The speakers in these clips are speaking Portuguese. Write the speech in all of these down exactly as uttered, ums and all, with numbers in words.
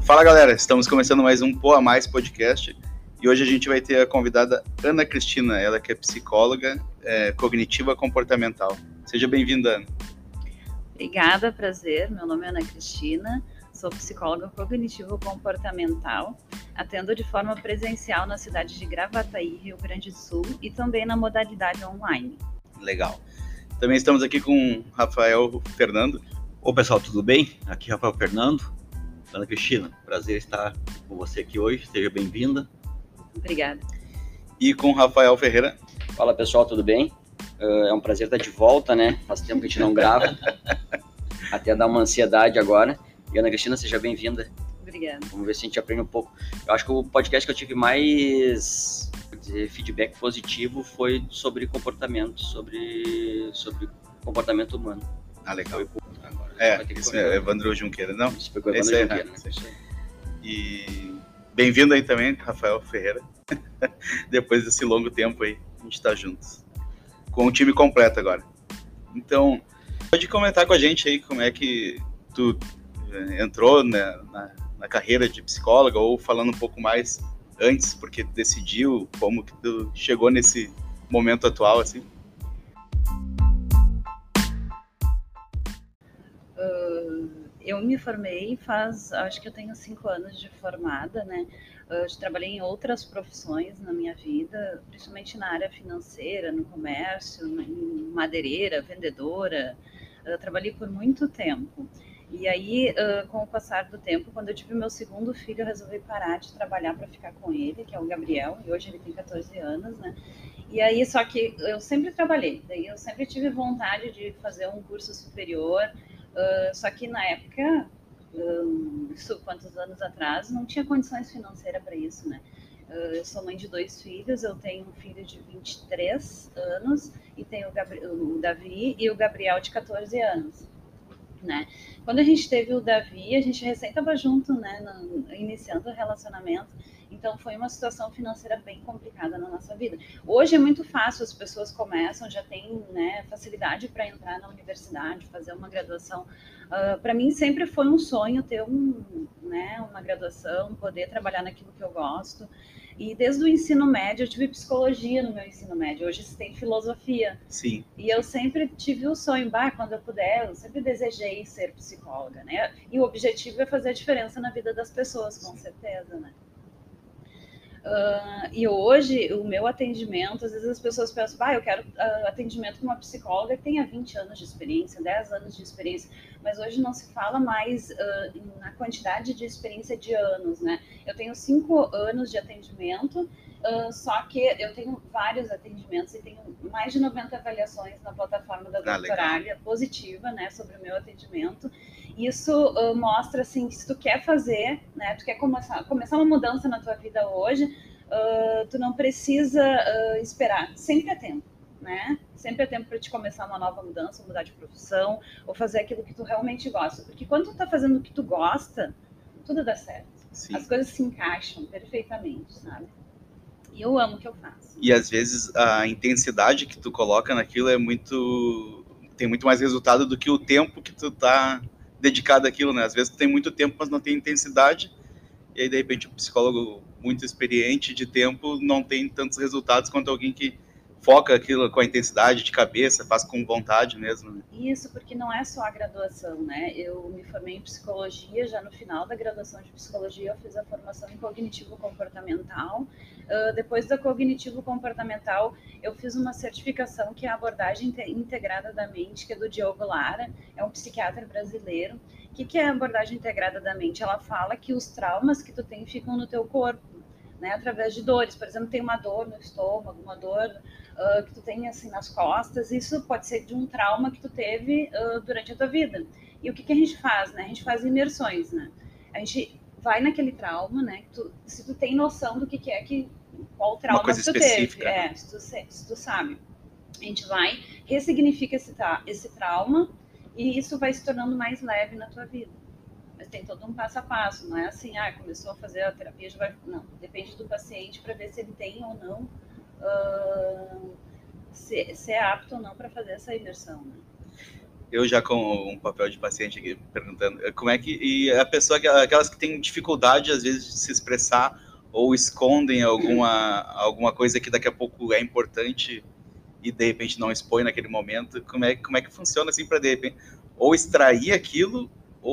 Fala galera, estamos começando mais um Pô a Mais podcast e hoje a gente vai ter a convidada Ana Cristina, ela que é psicóloga é, cognitiva comportamental. Seja bem-vinda, Ana. Obrigada, prazer. Meu nome é Ana Cristina, sou psicóloga cognitivo comportamental, atendo de forma presencial na cidade de Gravataí, Rio Grande do Sul e também na modalidade online. Legal. Também estamos aqui com Rafael Fernando. Ô pessoal, tudo bem? Aqui é Rafael Fernando. Ana Cristina, prazer estar com você aqui hoje, seja bem-vinda. Obrigada. E com Rafael Ferreira. Fala pessoal, tudo bem? É um prazer estar de volta, né? Faz tempo que a gente não grava, até dar uma ansiedade agora. E Ana Cristina, seja bem-vinda. Obrigada. Vamos ver se a gente aprende um pouco. Eu acho que o podcast que eu tive mais de feedback positivo foi sobre comportamento, sobre, sobre comportamento humano. Ah, legal. Foi... É, isso é Evandro Junqueira, não? Isso foi com o Evandro Junqueira, né? E bem-vindo aí também, Rafael Ferreira. Depois desse longo tempo aí, a gente tá juntos. Com o time completo agora. Então, pode comentar com a gente aí como é que tu entrou na, na, na carreira de psicóloga, ou falando um pouco mais antes, porque tu decidiu, como que tu chegou nesse momento atual, assim. Eu me formei faz, acho que eu tenho cinco anos de formada, né? Eu trabalhei em outras profissões na minha vida, principalmente na área financeira, no comércio, em madeireira, vendedora. Eu trabalhei por muito tempo. E aí, com o passar do tempo, quando eu tive meu segundo filho, eu resolvi parar de trabalhar para ficar com ele, que é o Gabriel, e hoje ele tem catorze anos, né? E aí, só que eu sempre trabalhei, daí eu sempre tive vontade de fazer um curso superior. Uh, só que na época, um, isso quantos anos atrás, não tinha condições financeiras para isso, né? Uh, eu sou mãe de dois filhos, eu tenho um filho de vinte e três anos e tenho o, Gabri- o Davi e o Gabriel de catorze anos, né? Quando a gente teve o Davi, a gente recém estava junto, né, no, iniciando o relacionamento. Então foi uma situação financeira bem complicada na nossa vida. Hoje é muito fácil, as pessoas começam, já têm, né, facilidade para entrar na universidade, fazer uma graduação. Uh, para mim sempre foi um sonho ter um, né, uma graduação, poder trabalhar naquilo que eu gosto. E desde o ensino médio, eu tive psicologia no meu ensino médio. Hoje se tem filosofia. Sim. E eu sempre tive o sonho, bah, quando eu puder, eu sempre desejei ser psicóloga, né? E o objetivo é fazer a diferença na vida das pessoas, com certeza, né? Uh, e hoje, o meu atendimento, às vezes as pessoas pensam, ah, eu quero uh, atendimento com uma psicóloga que tenha vinte anos de experiência, dez anos de experiência, mas hoje não se fala mais uh, na quantidade de experiência de anos, né? Eu tenho cinco anos de atendimento, uh, só que eu tenho vários atendimentos e tenho mais de noventa avaliações na plataforma da Ah, Doutoralha positiva, né, sobre o meu atendimento. Isso uh, mostra, assim, que se tu quer fazer, né, tu quer começar, começar uma mudança na tua vida hoje, uh, tu não precisa uh, esperar, sempre é tempo, né? Sempre é tempo para te começar uma nova mudança, mudar de profissão, ou fazer aquilo que tu realmente gosta. Porque quando tu tá fazendo o que tu gosta, tudo dá certo. Sim. As coisas se encaixam perfeitamente, sabe? E eu amo o que eu faço. E às vezes a intensidade que tu coloca naquilo é muito... tem muito mais resultado do que o tempo que tu tá dedicado àquilo, né? Às vezes tu tem muito tempo, mas não tem intensidade, e aí de repente o psicólogo muito experiente de tempo não tem tantos resultados quanto alguém que foca aquilo com a intensidade de cabeça, faz com vontade mesmo, né? Isso, porque não é só a graduação, né? Eu me formei em psicologia, já no final da graduação de psicologia eu fiz a formação em cognitivo comportamental. Uh, depois da cognitivo comportamental, eu fiz uma certificação que é a abordagem integrada da mente, que é do Diogo Lara, é um psiquiatra brasileiro. O que, que é a abordagem integrada da mente? Ela fala que os traumas que tu tem ficam no teu corpo, né, através de dores. Por exemplo, tem uma dor no estômago, uma dor uh, que tu tem assim nas costas, isso pode ser de um trauma que tu teve uh, durante a tua vida. E o que, que a gente faz, né? A gente faz imersões, né? A gente vai naquele trauma, né? Tu, se tu tem noção do que, que é que qual trauma que tu específica, teve, né? é, se tu, se tu sabe, a gente vai ressignifica esse, esse trauma e isso vai se tornando mais leve na tua vida. Mas tem todo um passo a passo, não é assim, ah, começou a fazer a terapia, já vai... Não, depende do paciente para ver se ele tem ou não, uh, se, se é apto ou não para fazer essa imersão, né? eu já com um papel de paciente aqui, perguntando, como é que, e a pessoa, aquelas que tem dificuldade, às vezes, de se expressar, ou escondem alguma, alguma coisa que daqui a pouco é importante, e de repente não expõe naquele momento, como é, como é que funciona, assim, para de repente, ou extrair aquilo,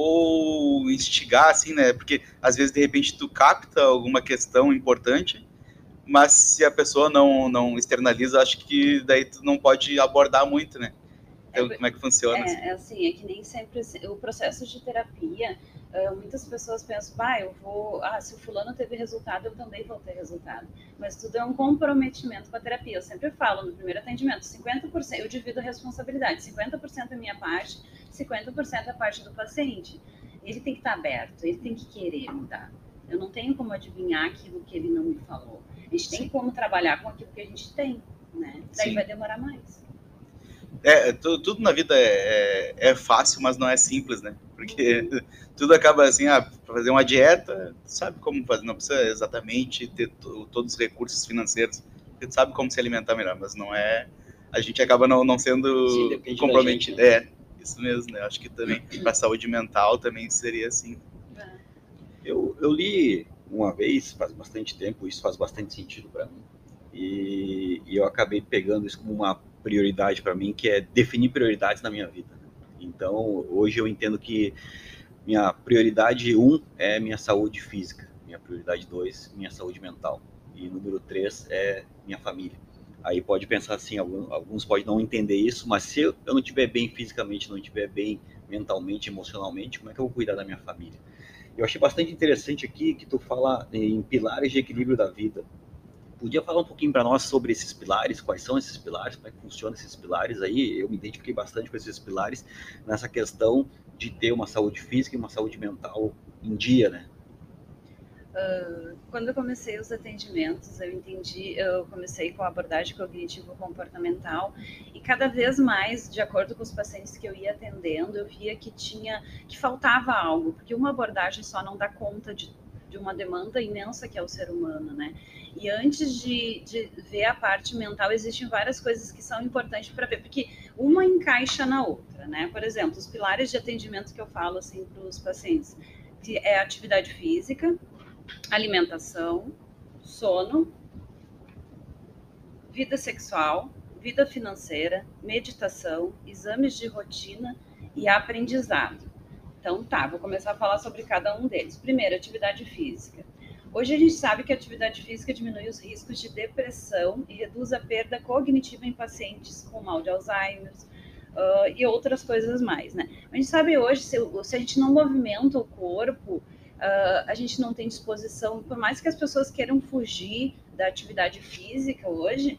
ou instigar, assim, né, porque, às vezes, de repente, tu capta alguma questão importante, mas se a pessoa não, não externaliza, acho que daí tu não pode abordar muito, né? Então, é, como é que funciona? É, assim? é assim, é que nem sempre o processo de terapia, uh, muitas pessoas pensam, ah, eu vou, ah, se o fulano teve resultado, eu também vou ter resultado. Mas tudo é um comprometimento com a terapia. Eu sempre falo no primeiro atendimento, cinquenta por cento, eu divido a responsabilidade, cinquenta por cento é minha parte, cinquenta por cento é a parte do paciente. Ele tem que estar aberto, ele tem que querer mudar. Eu não tenho como adivinhar aquilo que ele não me falou. A gente Sim. tem como trabalhar com aquilo que a gente tem, né? Daí Sim. vai demorar mais. É, tudo, tudo na vida é, é, é fácil, mas não é simples, né? Porque uhum. tudo acaba assim, ah, para fazer uma dieta, tu sabe como fazer, não precisa exatamente ter to, todos os recursos financeiros, porque tu sabe como se alimentar melhor, mas não é, a gente acaba não, não sendo Sim, comprometido. Gente, né? É, isso mesmo, né? Acho que também para a saúde mental também seria assim. É. Eu, eu li uma vez, faz bastante tempo, isso faz bastante sentido para mim, e, e eu acabei pegando isso como uma prioridade para mim, que é definir prioridades na minha vida. Então, hoje eu entendo que minha prioridade um é minha saúde física, minha prioridade dois, minha saúde mental, e número três é minha família. Aí pode pensar assim, alguns podem não entender isso, mas se eu não estiver bem fisicamente, não estiver bem mentalmente, emocionalmente, como é que eu vou cuidar da minha família? Eu achei bastante interessante aqui que tu fala em pilares de equilíbrio da vida. Podia falar um pouquinho para nós sobre esses pilares, quais são esses pilares, como é que funcionam esses pilares aí? Eu me identifiquei bastante com esses pilares nessa questão de ter uma saúde física e uma saúde mental em dia, né? Uh, quando eu comecei os atendimentos, eu entendi, eu comecei com a abordagem cognitivo-comportamental e cada vez mais, de acordo com os pacientes que eu ia atendendo, eu via que tinha, que faltava algo, porque uma abordagem só não dá conta de, de uma demanda imensa que é o ser humano, né? E antes de, de ver a parte mental, existem várias coisas que são importantes para ver, porque uma encaixa na outra, né? Por exemplo, os pilares de atendimento que eu falo assim para os pacientes, que é a atividade física, alimentação, sono, vida sexual, vida financeira, meditação, exames de rotina e aprendizado. Então tá, vou começar a falar sobre cada um deles. Primeiro, atividade física. Hoje a gente sabe que a atividade física diminui os riscos de depressão e reduz a perda cognitiva em pacientes com mal de Alzheimer uh, e outras coisas mais, né? A gente sabe hoje, se, se a gente não movimenta o corpo, Uh, a gente não tem disposição, por mais que as pessoas queiram fugir da atividade física hoje,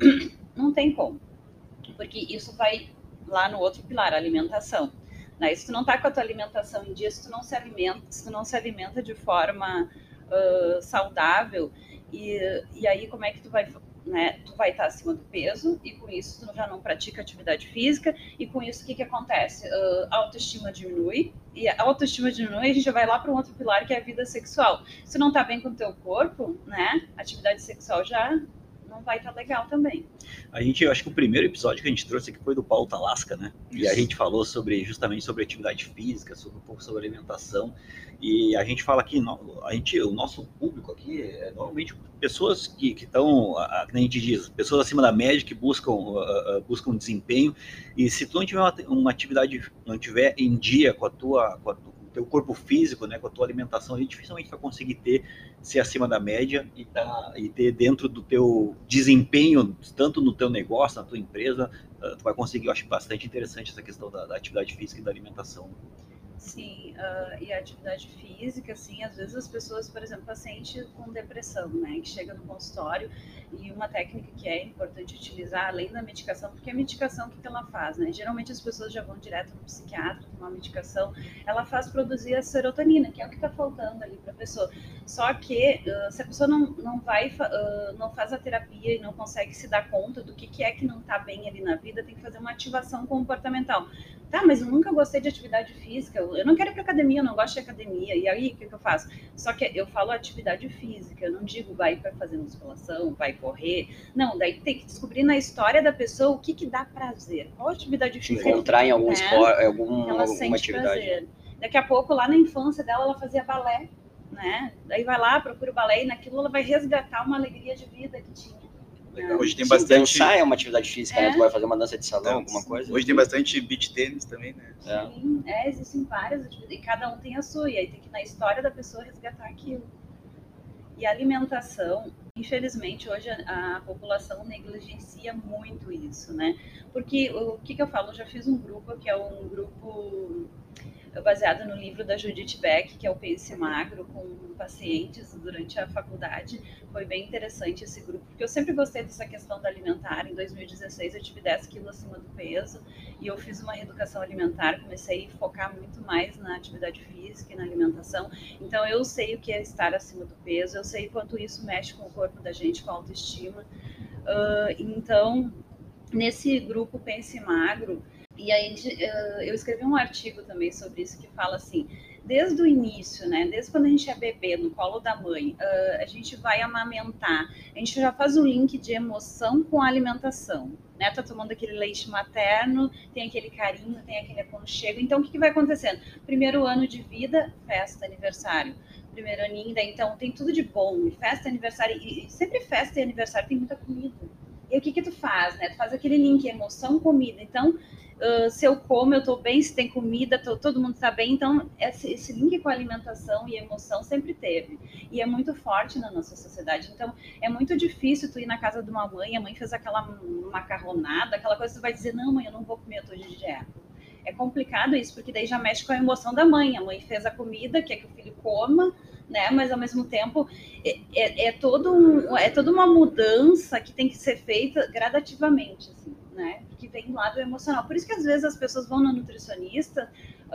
não tem como, porque isso vai lá no outro pilar, a alimentação. Né? Se tu não tá com a tua alimentação em dia, se tu não se alimenta, se tu não se alimenta de forma uh, saudável, e, e aí como é que tu vai... Né, tu vai estar acima do peso e com isso tu já não pratica atividade física e com isso o que, que acontece? Uh, a autoestima diminui e a autoestima diminui e a gente já vai lá para um outro pilar que é a vida sexual. Se tu não tá bem com o teu corpo, né, a atividade sexual já não vai estar legal também. A gente, eu acho que o primeiro episódio que a gente trouxe aqui foi do Paulo Talasca, né? Isso. E a gente falou sobre, justamente sobre atividade física, sobre um pouco sobre alimentação. E a gente fala aqui, a gente, o nosso público aqui é normalmente pessoas que estão, que a gente diz, pessoas acima da média que buscam, uh, buscam desempenho. E se tu não tiver uma, uma atividade, não tiver em dia com a tua, com a tua teu corpo físico, né, com a tua alimentação, a gente dificilmente vai conseguir ter, ser acima da média e, tá, e ter dentro do teu desempenho, tanto no teu negócio, na tua empresa, uh, tu vai conseguir. Eu acho bastante interessante essa questão da, da atividade física e da alimentação. Sim, uh, e a atividade física, assim, às vezes as pessoas, por exemplo, paciente com depressão, né, que chega no consultório, e uma técnica que é importante utilizar, além da medicação, porque a medicação, o que, que ela faz, né? Geralmente as pessoas já vão direto no psiquiatra tomar medicação, ela faz produzir a serotonina, que é o que está faltando ali para a pessoa. Só que uh, se a pessoa não, não vai, uh, não faz a terapia e não consegue se dar conta do que, que é que não está bem ali na vida, tem que fazer uma ativação comportamental. Tá, mas eu nunca gostei de atividade física, eu não quero ir pra academia, eu não gosto de academia, e aí o que, que eu faço? Só que eu falo atividade física, eu não digo vai para fazer musculação, vai correr, não, daí tem que descobrir na história da pessoa o que que dá prazer, qual atividade física encontrar em algum né? esporte, algum, ela alguma sente atividade. prazer. Daqui a pouco, lá na infância dela, ela fazia balé, né? Daí vai lá, procura o balé, e naquilo ela vai resgatar uma alegria de vida que tinha. Legal. Hoje tem Sim, bastante. Dançar é uma atividade física, É. né? Tu vai fazer uma dança de salão, É, alguma coisa. Hoje tem bastante beach tênis também, né? É. Sim, é, existem várias atividades, e cada um tem a sua, e aí tem que ir na história da pessoa resgatar aquilo. E a alimentação, infelizmente, hoje a, a população negligencia muito isso, né? Porque o que, que eu falo? Eu já fiz um grupo, que é um grupo baseado no livro da Judith Beck, que é o Pense Magro, com pacientes durante a faculdade. Foi bem interessante esse grupo, porque eu sempre gostei dessa questão da alimentar. Em dois mil e dezesseis eu tive dez quilos acima do peso e eu fiz uma reeducação alimentar, comecei a focar muito mais na atividade física e na alimentação. Então eu sei o que é estar acima do peso, eu sei quanto isso mexe com o corpo da gente, com a autoestima. Uh, então, nesse grupo Pense Magro, e aí eu escrevi um artigo também sobre isso que fala assim, desde o início, né, desde quando a gente é bebê no colo da mãe, a gente vai amamentar, a gente já faz o link de emoção com a alimentação, né, tá tomando aquele leite materno, tem aquele carinho, tem aquele aconchego, então o que, que vai acontecendo? Primeiro ano de vida, festa, aniversário, primeiro aninho, daí, então tem tudo de bom, festa, aniversário, e sempre festa e aniversário tem muita comida. E o que que tu faz, né? Tu faz aquele link, emoção, comida. Então, uh, se eu como, eu tô bem, se tem comida, tô, todo mundo tá bem. Então, esse, esse link com a alimentação e emoção sempre teve. E é muito forte na nossa sociedade. Então, é muito difícil tu ir na casa de uma mãe, a mãe fez aquela macarronada, aquela coisa, tu vai dizer, não, mãe, eu não vou comer, eu tô de dieta. É complicado isso, porque daí já mexe com a emoção da mãe. A mãe fez a comida, quer que o filho coma, né? Mas ao mesmo tempo é, é, é, todo um, é toda uma mudança que tem que ser feita gradativamente, assim, né? Que vem do lado emocional. Por isso que às vezes as pessoas vão na nutricionista,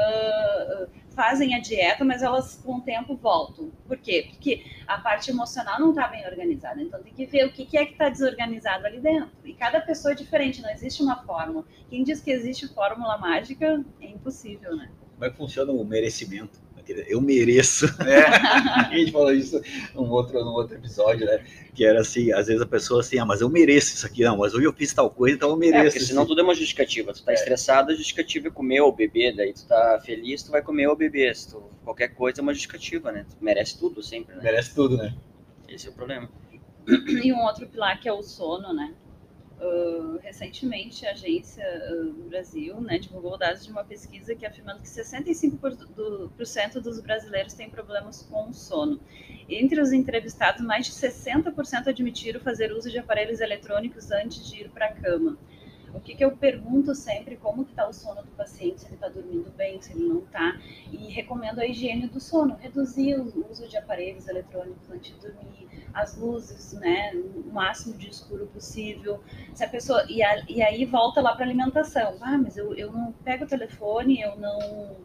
uh, fazem a dieta, mas elas com o tempo voltam. Por quê? Porque a parte emocional não está bem organizada. Então tem que ver o que, que é que está desorganizado ali dentro. E cada pessoa é diferente, não existe uma fórmula. Quem diz que existe fórmula mágica é impossível, né? Como é que funciona o merecimento? Eu mereço. É. A gente falou isso num outro, num outro episódio, né? Que era assim, às vezes a pessoa assim, ah, mas eu mereço isso aqui, não, mas hoje eu fiz tal coisa, então eu mereço. É, porque senão tudo é uma justificativa. Tu tá é. estressado, a justificativa é comer ou beber, daí tu tá feliz, tu vai comer ou beber. Se tu, qualquer coisa é uma justificativa, né? Tu merece tudo sempre, né? Merece tudo, né? Esse é o problema. E um outro pilar que é o sono, né? Uh, recentemente a agência uh, no Brasil, né, divulgou dados de uma pesquisa que afirmando que sessenta e cinco por cento dos brasileiros têm problemas com o sono. Entre os entrevistados, mais de sessenta por cento admitiram fazer uso de aparelhos eletrônicos antes de ir para a cama. O que, que eu pergunto sempre, como que está o sono do paciente, se ele está dormindo bem, se ele não está, e recomendo a higiene do sono, reduzir o uso de aparelhos eletrônicos antes de dormir, as luzes, né, o máximo de escuro possível, se a pessoa, e, a, e aí volta lá para a alimentação, ah, mas eu, eu não pego o telefone, eu não,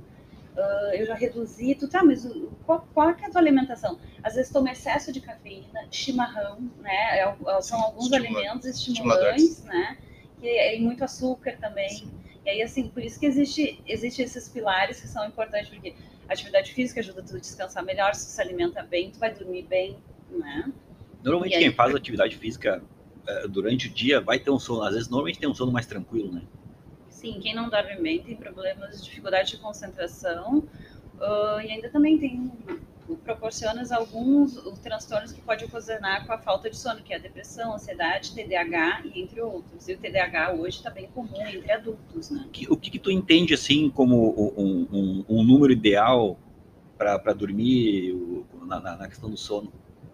uh, eu já reduzi, tu tá, mas o, qual, qual é a tua alimentação? Às vezes toma excesso de cafeína, chimarrão, né, é, são alguns Estimula, alimentos estimulantes, né, que é muito açúcar também. Sim. E aí, assim, por isso que existe, existe esses pilares que são importantes, porque a atividade física ajuda tu a descansar melhor, se tu se alimenta bem, tu vai dormir bem, né? Normalmente aí, quem faz atividade física uh, durante o dia vai ter um sono, às vezes normalmente tem um sono mais tranquilo, né? Sim, quem não dorme bem tem problemas, dificuldade de concentração, uh, e ainda também tem... proporciona alguns os transtornos que pode ocasionar com a falta de sono, que é a depressão, ansiedade, T D A H e entre outros. E o T D A H hoje está bem comum entre adultos, né? O que, que tu entende assim como um, um, um número ideal para dormir na, na questão do sono?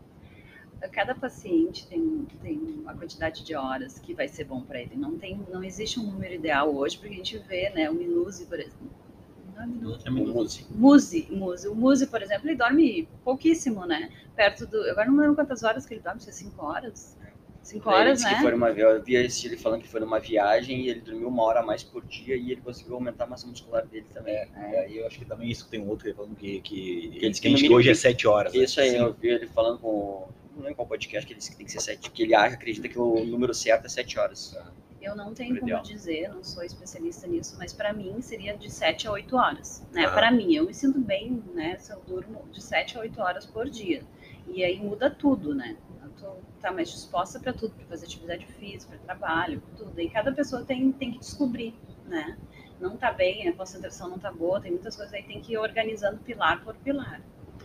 Cada paciente tem, tem uma quantidade de horas que vai ser bom para ele. Não tem, não existe um número ideal hoje, porque a gente vê, né, o Minuse, por exemplo. Não é Minuse, é Muse. Muse, Muse. O Muse, por exemplo, ele dorme pouquíssimo, né? Perto do. Agora não lembro quantas horas que ele dorme, se é cinco horas. Cinco ele horas, disse né? Que foi uma, eu vi ele falando que foi numa viagem e ele dormiu uma hora a mais por dia e ele conseguiu aumentar a massa muscular dele também. É, é. E eu acho que também isso tem um outro falando que, que, que ele disse que, que hoje é sete horas. Isso né? aí, Sim. Eu vi ele falando com. Não lembro qual podcast que ele disse que tem que ser sete, que ele acha, acredita que o número certo é sete horas. Eu não tenho como Ideal. dizer, não sou especialista nisso, mas para mim seria de sete a oito horas, né? Ah. Para mim, eu me sinto bem, né? Se eu durmo de sete a oito horas por dia. E aí muda tudo, né? Eu tô tá mais disposta para tudo, para fazer atividade física, para trabalho, tudo. E cada pessoa tem, tem que descobrir, né? Não tá bem, a concentração não tá boa, tem muitas coisas aí, tem que ir organizando pilar por pilar.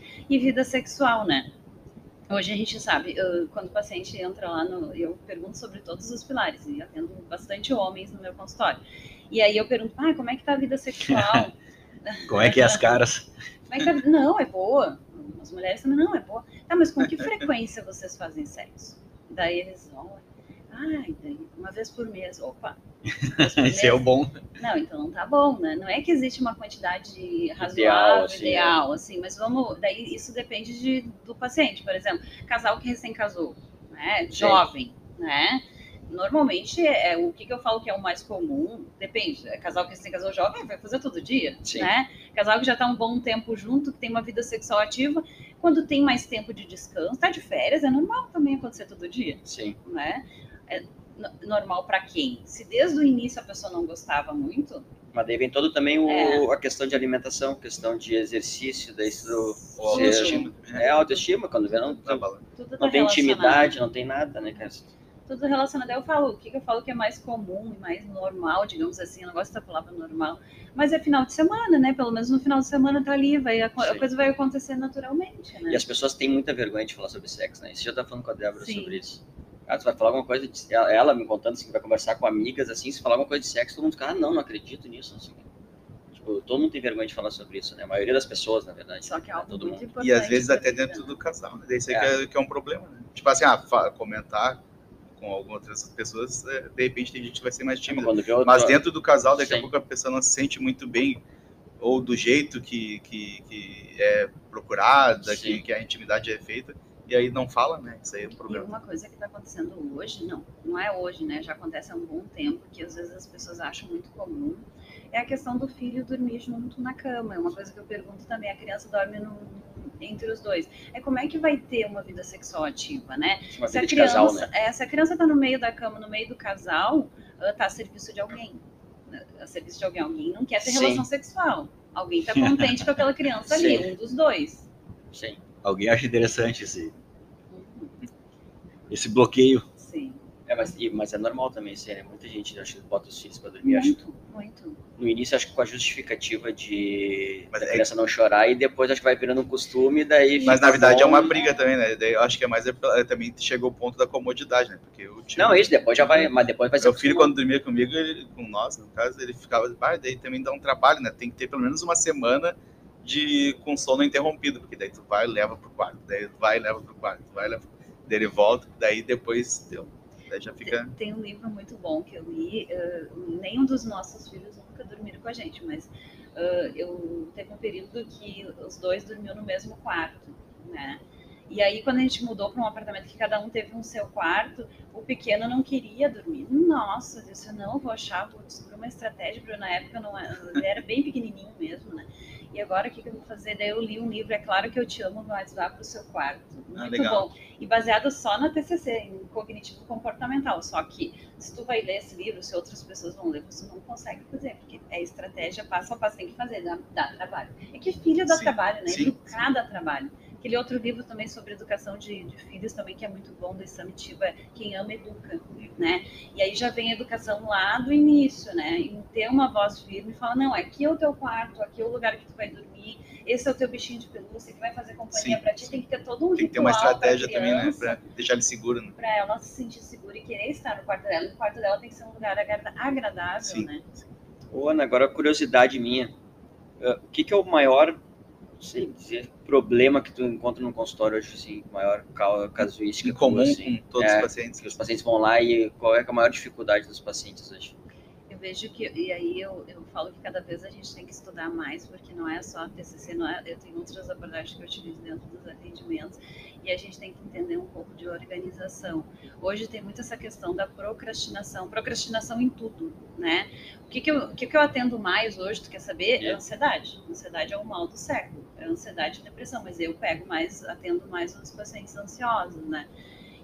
E vida sexual, né? Hoje a gente sabe, eu, quando o paciente entra lá, no, eu pergunto sobre todos os pilares, e atendo bastante homens no meu consultório. E aí eu pergunto, ah, como é que tá a vida sexual? Como é que é as caras? Como é que tá? Não, é boa. As mulheres também, não, é boa. Tá, mas com que frequência vocês fazem sexo? Daí eles vão, ah, uma vez por mês. Opa, uma vez por mês. Esse é o bom. Não, então não tá bom, né? Não é que existe uma quantidade razoável, Ideal, assim, ideal, assim, mas vamos. Daí isso depende de, do paciente, por exemplo, casal que recém casou, né? Jovem, né? Normalmente, é, é o que, que eu falo que é o mais comum, depende. É casal que recém casou jovem, vai fazer todo dia, Sim. né? Casal que já tá um bom tempo junto, que tem uma vida sexual ativa, quando tem mais tempo de descanso, tá de férias, é normal também acontecer todo dia, Sim. né? É normal para quem? Se desde o início a pessoa não gostava muito. Mas daí vem todo também o, É. a questão de alimentação, questão de exercício, daí isso Ou ser- autoestima também, né? é autoestima, quando vê não, Tá balando. Tudo tá não tem relacionado. intimidade, não tem nada, né, cara? Tudo relacionado. Eu falo, o que, que eu falo que é mais comum e mais normal, digamos assim, eu não gosto da palavra normal, mas é final de semana, né? Pelo menos no final de semana tá ali, vai, a, a Sim. coisa vai acontecer naturalmente, né? E as pessoas têm muita vergonha de falar sobre sexo, né? Você já tá falando com a Débora Sim. sobre isso. Ah, tu vai falar alguma coisa, de, ela, ela me contando assim, que vai conversar com amigas, assim, se falar alguma coisa de sexo, todo mundo fica, ah, não, não acredito nisso, assim. Tipo, todo mundo tem vergonha de falar sobre isso, né? A maioria das pessoas, na verdade. Só que é algo todo muito mundo. importante. E às vezes pra até vida, dentro né? do casal, né? Daí isso aí É. que, é, que é um problema, né? Tipo assim, ah, fa- comentar com algumas outras pessoas, é, de repente tem gente que vai ser mais tímida. Quando vê outro, Mas dentro do casal, daqui a Sim. pouco a pessoa não se sente muito bem, ou do jeito que, que, que é procurada, Sim. que, que a intimidade é feita, e aí não fala, né? Isso aí é um E problema. uma coisa que está acontecendo hoje, não, não é hoje, né? Já acontece há um bom tempo, que às vezes as pessoas acham muito comum, é a questão do filho dormir junto na cama. É uma coisa que eu pergunto também, a criança dorme no, entre os dois. É como é que vai ter uma vida sexual ativa, né? Uma Se a vida de criança, casal, né? é, se a criança está no meio da cama, no meio do casal, está a serviço de alguém. A serviço de alguém. Alguém não quer ter Sim. relação sexual. Alguém está contente com aquela criança ali, Sim. um dos dois. Sim. Alguém acha interessante esse, Uhum. esse bloqueio. Sim. É, mas, e- mas é normal também, sério. Muita gente acho que bota os filhos pra dormir. Acho que Muito, muito. no início, acho que com a justificativa de Mas da é- criança não chorar, e depois acho que vai virando um costume, daí. Mas na fica verdade é bom. uma briga também, né? Daí eu acho que é mais é, pela- também chegou o ponto da comodidade, né? Porque eu tinha. Não, isso depois já vai. Mas depois vai ser. Meu filho, quando dormia comigo, ele, com nós, no caso, ele ficava. Ah, daí também dá um trabalho, né? Tem que ter pelo menos uma semana de com sono interrompido, porque daí tu vai e leva pro quarto, daí tu vai e leva pro quarto, tu vai e leva. Daí ele volta, daí depois deu. Daí já fica. Tem, tem um livro muito bom que eu li. Uh, nenhum dos nossos filhos nunca dormiram com a gente, mas uh, eu teve um período que os dois dormiam no mesmo quarto, né? E aí, quando a gente mudou para um apartamento que cada um teve um seu quarto, o pequeno não queria dormir. Nossa, eu disse, não, eu vou achar, vou descobrir uma estratégia, porque na época não era, ele era bem pequenininho mesmo, né? E agora o que, que eu vou fazer? Daí eu li um livro, É Claro Que Eu Te Amo, mas vá para o seu quarto. Ah, Muito legal. bom. E baseado só na T C C, em cognitivo comportamental. Só que se tu vai ler esse livro, se outras pessoas vão ler, você não consegue fazer, porque é estratégia passo a passo, tem que fazer, dá, dá trabalho. É que filho dá Sim, trabalho, né? sim, Educar dá trabalho. Aquele outro livro também sobre educação de, de filhos também, que é muito bom, do Samitiba, é Quem Ama Educa, né? E aí já vem a educação lá do início, né? Em ter uma voz firme e falar, não, aqui é o teu quarto, aqui é o lugar que tu vai dormir, esse é o teu bichinho de pelúcia que vai fazer companhia Sim, pra ti, tem que ter todo um Tem que ter uma ritual pra estratégia também, né? criança, Pra deixar ele seguro, né? pra ela se sentir segura e querer estar no quarto dela. E o quarto dela tem que ser um lugar agrada- agradável, Sim. né? Ô, Ana, agora curiosidade minha. Uh, O que, que é o maior, não sei dizer, problema que tu encontra no consultório hoje, assim, maior ca- casuística Em comum tua, assim? com todos É, os pacientes. que os pacientes vão lá e qual é, que é a maior dificuldade dos pacientes hoje? Eu vejo que, e aí eu, eu falo que cada vez a gente tem que estudar mais, porque não é só a T C C, não é, eu tenho outras abordagens que eu utilizo dentro dos atendimentos, e a gente tem que entender um pouco de organização. Hoje tem muito essa questão da procrastinação, procrastinação em tudo, né? O que que eu, o que que eu atendo mais hoje, tu quer saber? É a ansiedade. Ansiedade é o mal do século, é ansiedade e depressão, mas eu pego mais, atendo mais os pacientes ansiosos, né?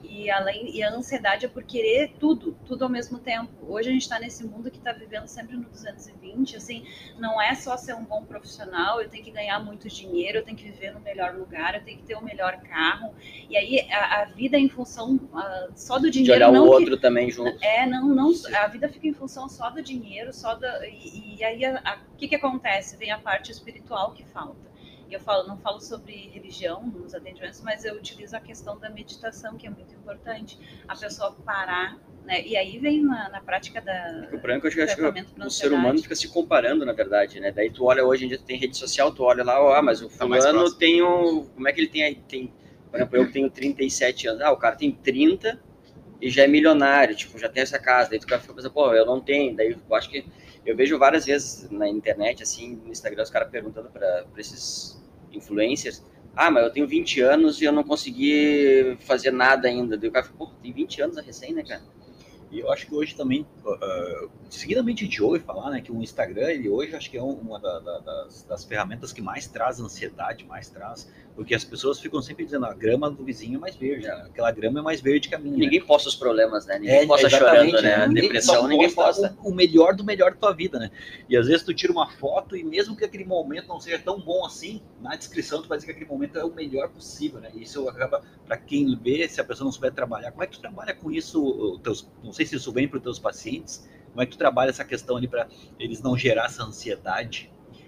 E, além, e a ansiedade é por querer tudo, tudo ao mesmo tempo. Hoje a gente está nesse mundo que está vivendo sempre no duzentos e vinte, assim, não é só ser um bom profissional, eu tenho que ganhar muito dinheiro, eu tenho que viver no melhor lugar, eu tenho que ter o melhor carro. E aí a, a vida é em função uh, só do dinheiro. De olhar não o outro que, também junto. É, não, não, a vida fica em função só do dinheiro, só da, e, e aí o que, que acontece? Vem a parte espiritual que falta. Eu falo, não falo sobre religião nos atendimentos, mas eu utilizo a questão da meditação, que é muito importante. A pessoa parar, né? E aí vem na, na prática da. O problema é que eu acho que o ser humano fica se comparando, na verdade, né? Daí tu olha, hoje em dia tu tem rede social, tu olha lá, ó, ah, mas o fulano tá tem um. Como é que ele tem aí? Tem, por exemplo, eu tenho trinta e sete anos. Ah, o cara tem trinta e já é milionário, tipo, já tem essa casa. Daí tu fica pensando, pô, eu não tenho. Daí eu acho que. Eu vejo várias vezes na internet, assim, no Instagram, os caras perguntando para esses influencers, ah, mas eu tenho vinte anos e eu não consegui fazer nada ainda. Daí o cara fala, pô, tem vinte anos a recém, né, cara? E eu acho que hoje também, uh, seguidamente a gente ouve falar, né, que o Instagram, ele hoje acho que é uma da, da, das, das ferramentas que mais traz ansiedade, mais traz, porque as pessoas ficam sempre dizendo, a grama do vizinho é mais verde, né? Aquela grama é mais verde que a minha. Ninguém né? posta os problemas, né? Ninguém é, posta chorando, né? A depressão, ninguém posta. O, o melhor do melhor da tua vida, né? E às vezes tu tira uma foto e mesmo que aquele momento não seja tão bom assim, na descrição tu vai dizer que aquele momento é o melhor possível, né? E isso acaba, para quem vê, se a pessoa não souber trabalhar, como é que tu trabalha com isso, teus, não sei se isso vem para os teus pacientes, como é que tu trabalha essa questão ali para eles não gerar essa ansiedade?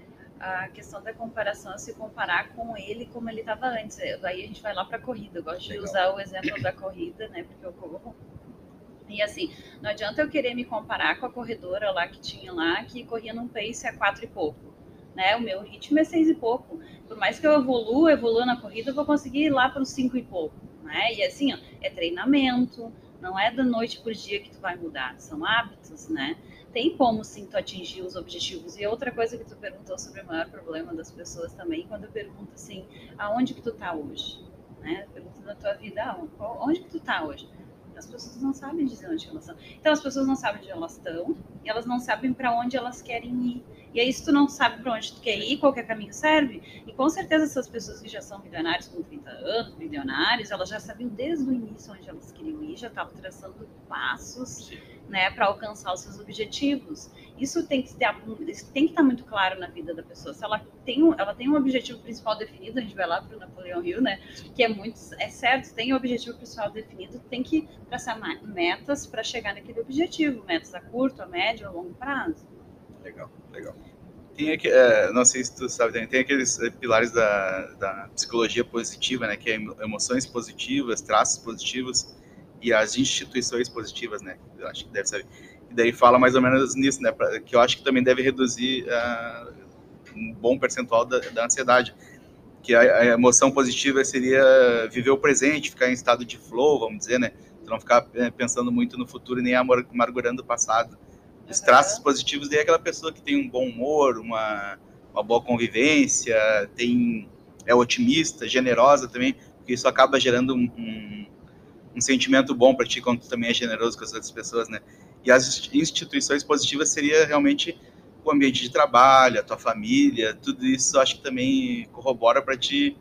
A questão da comparação é se comparar com ele como ele estava antes. Aí a gente vai lá para a corrida. Eu gosto Legal. de usar o exemplo da corrida, né? Porque eu corro. E assim, não adianta eu querer me comparar com a corredora lá que tinha lá, que corria num pace a quatro e pouco. Né? O meu ritmo é seis e pouco. Por mais que eu evolua, evolua na corrida, eu vou conseguir ir lá para os cinco e pouco. Né? E assim, ó, é treinamento, não é da noite por dia que tu vai mudar, são hábitos, né? Tem como sim tu atingir os objetivos. E outra coisa que tu perguntou sobre o maior problema das pessoas também, quando eu pergunto assim, aonde que tu tá hoje? Né? Pergunto da tua vida, aonde, onde que tu tá hoje? As pessoas não sabem dizer onde elas estão. Então as pessoas não sabem onde elas estão e elas não sabem para onde elas querem ir. E aí, se tu não sabe para onde tu quer ir, qualquer caminho serve. E com certeza essas pessoas que já são milionários com trinta anos, bilionários, elas já sabiam desde o início onde elas queriam ir, já estavam traçando passos, né, para alcançar os seus objetivos. Isso tem que, ter, isso tem que estar muito claro na vida da pessoa. Se ela tem um, ela tem um objetivo principal definido, a gente vai lá para o Napoleão Hill, né, que é muito, é certo, tem um objetivo principal definido, tem que traçar metas para chegar naquele objetivo, metas a curto, a médio, a longo prazo. Legal, legal. Tem aqui, é, não sei se tu sabe, tem, tem aqueles pilares da, da psicologia positiva, né, que é emoções positivas, traços positivos e as instituições positivas, né, eu acho que deve saber. E daí fala mais ou menos nisso, né, pra, que eu acho que também deve reduzir uh, um bom percentual da, da ansiedade, que a, a emoção positiva seria viver o presente, ficar em estado de flow, vamos dizer, né, tu não ficar pensando muito no futuro e nem amargurando o passado. Os traços positivos daí é aquela pessoa que tem um bom humor, uma, uma boa convivência, tem, é otimista, generosa também, porque isso acaba gerando um, um, um sentimento bom para ti quando tu também é generoso com as outras pessoas, né? E as instituições positivas seria realmente o ambiente de trabalho, a tua família, tudo isso acho que também corrobora para ti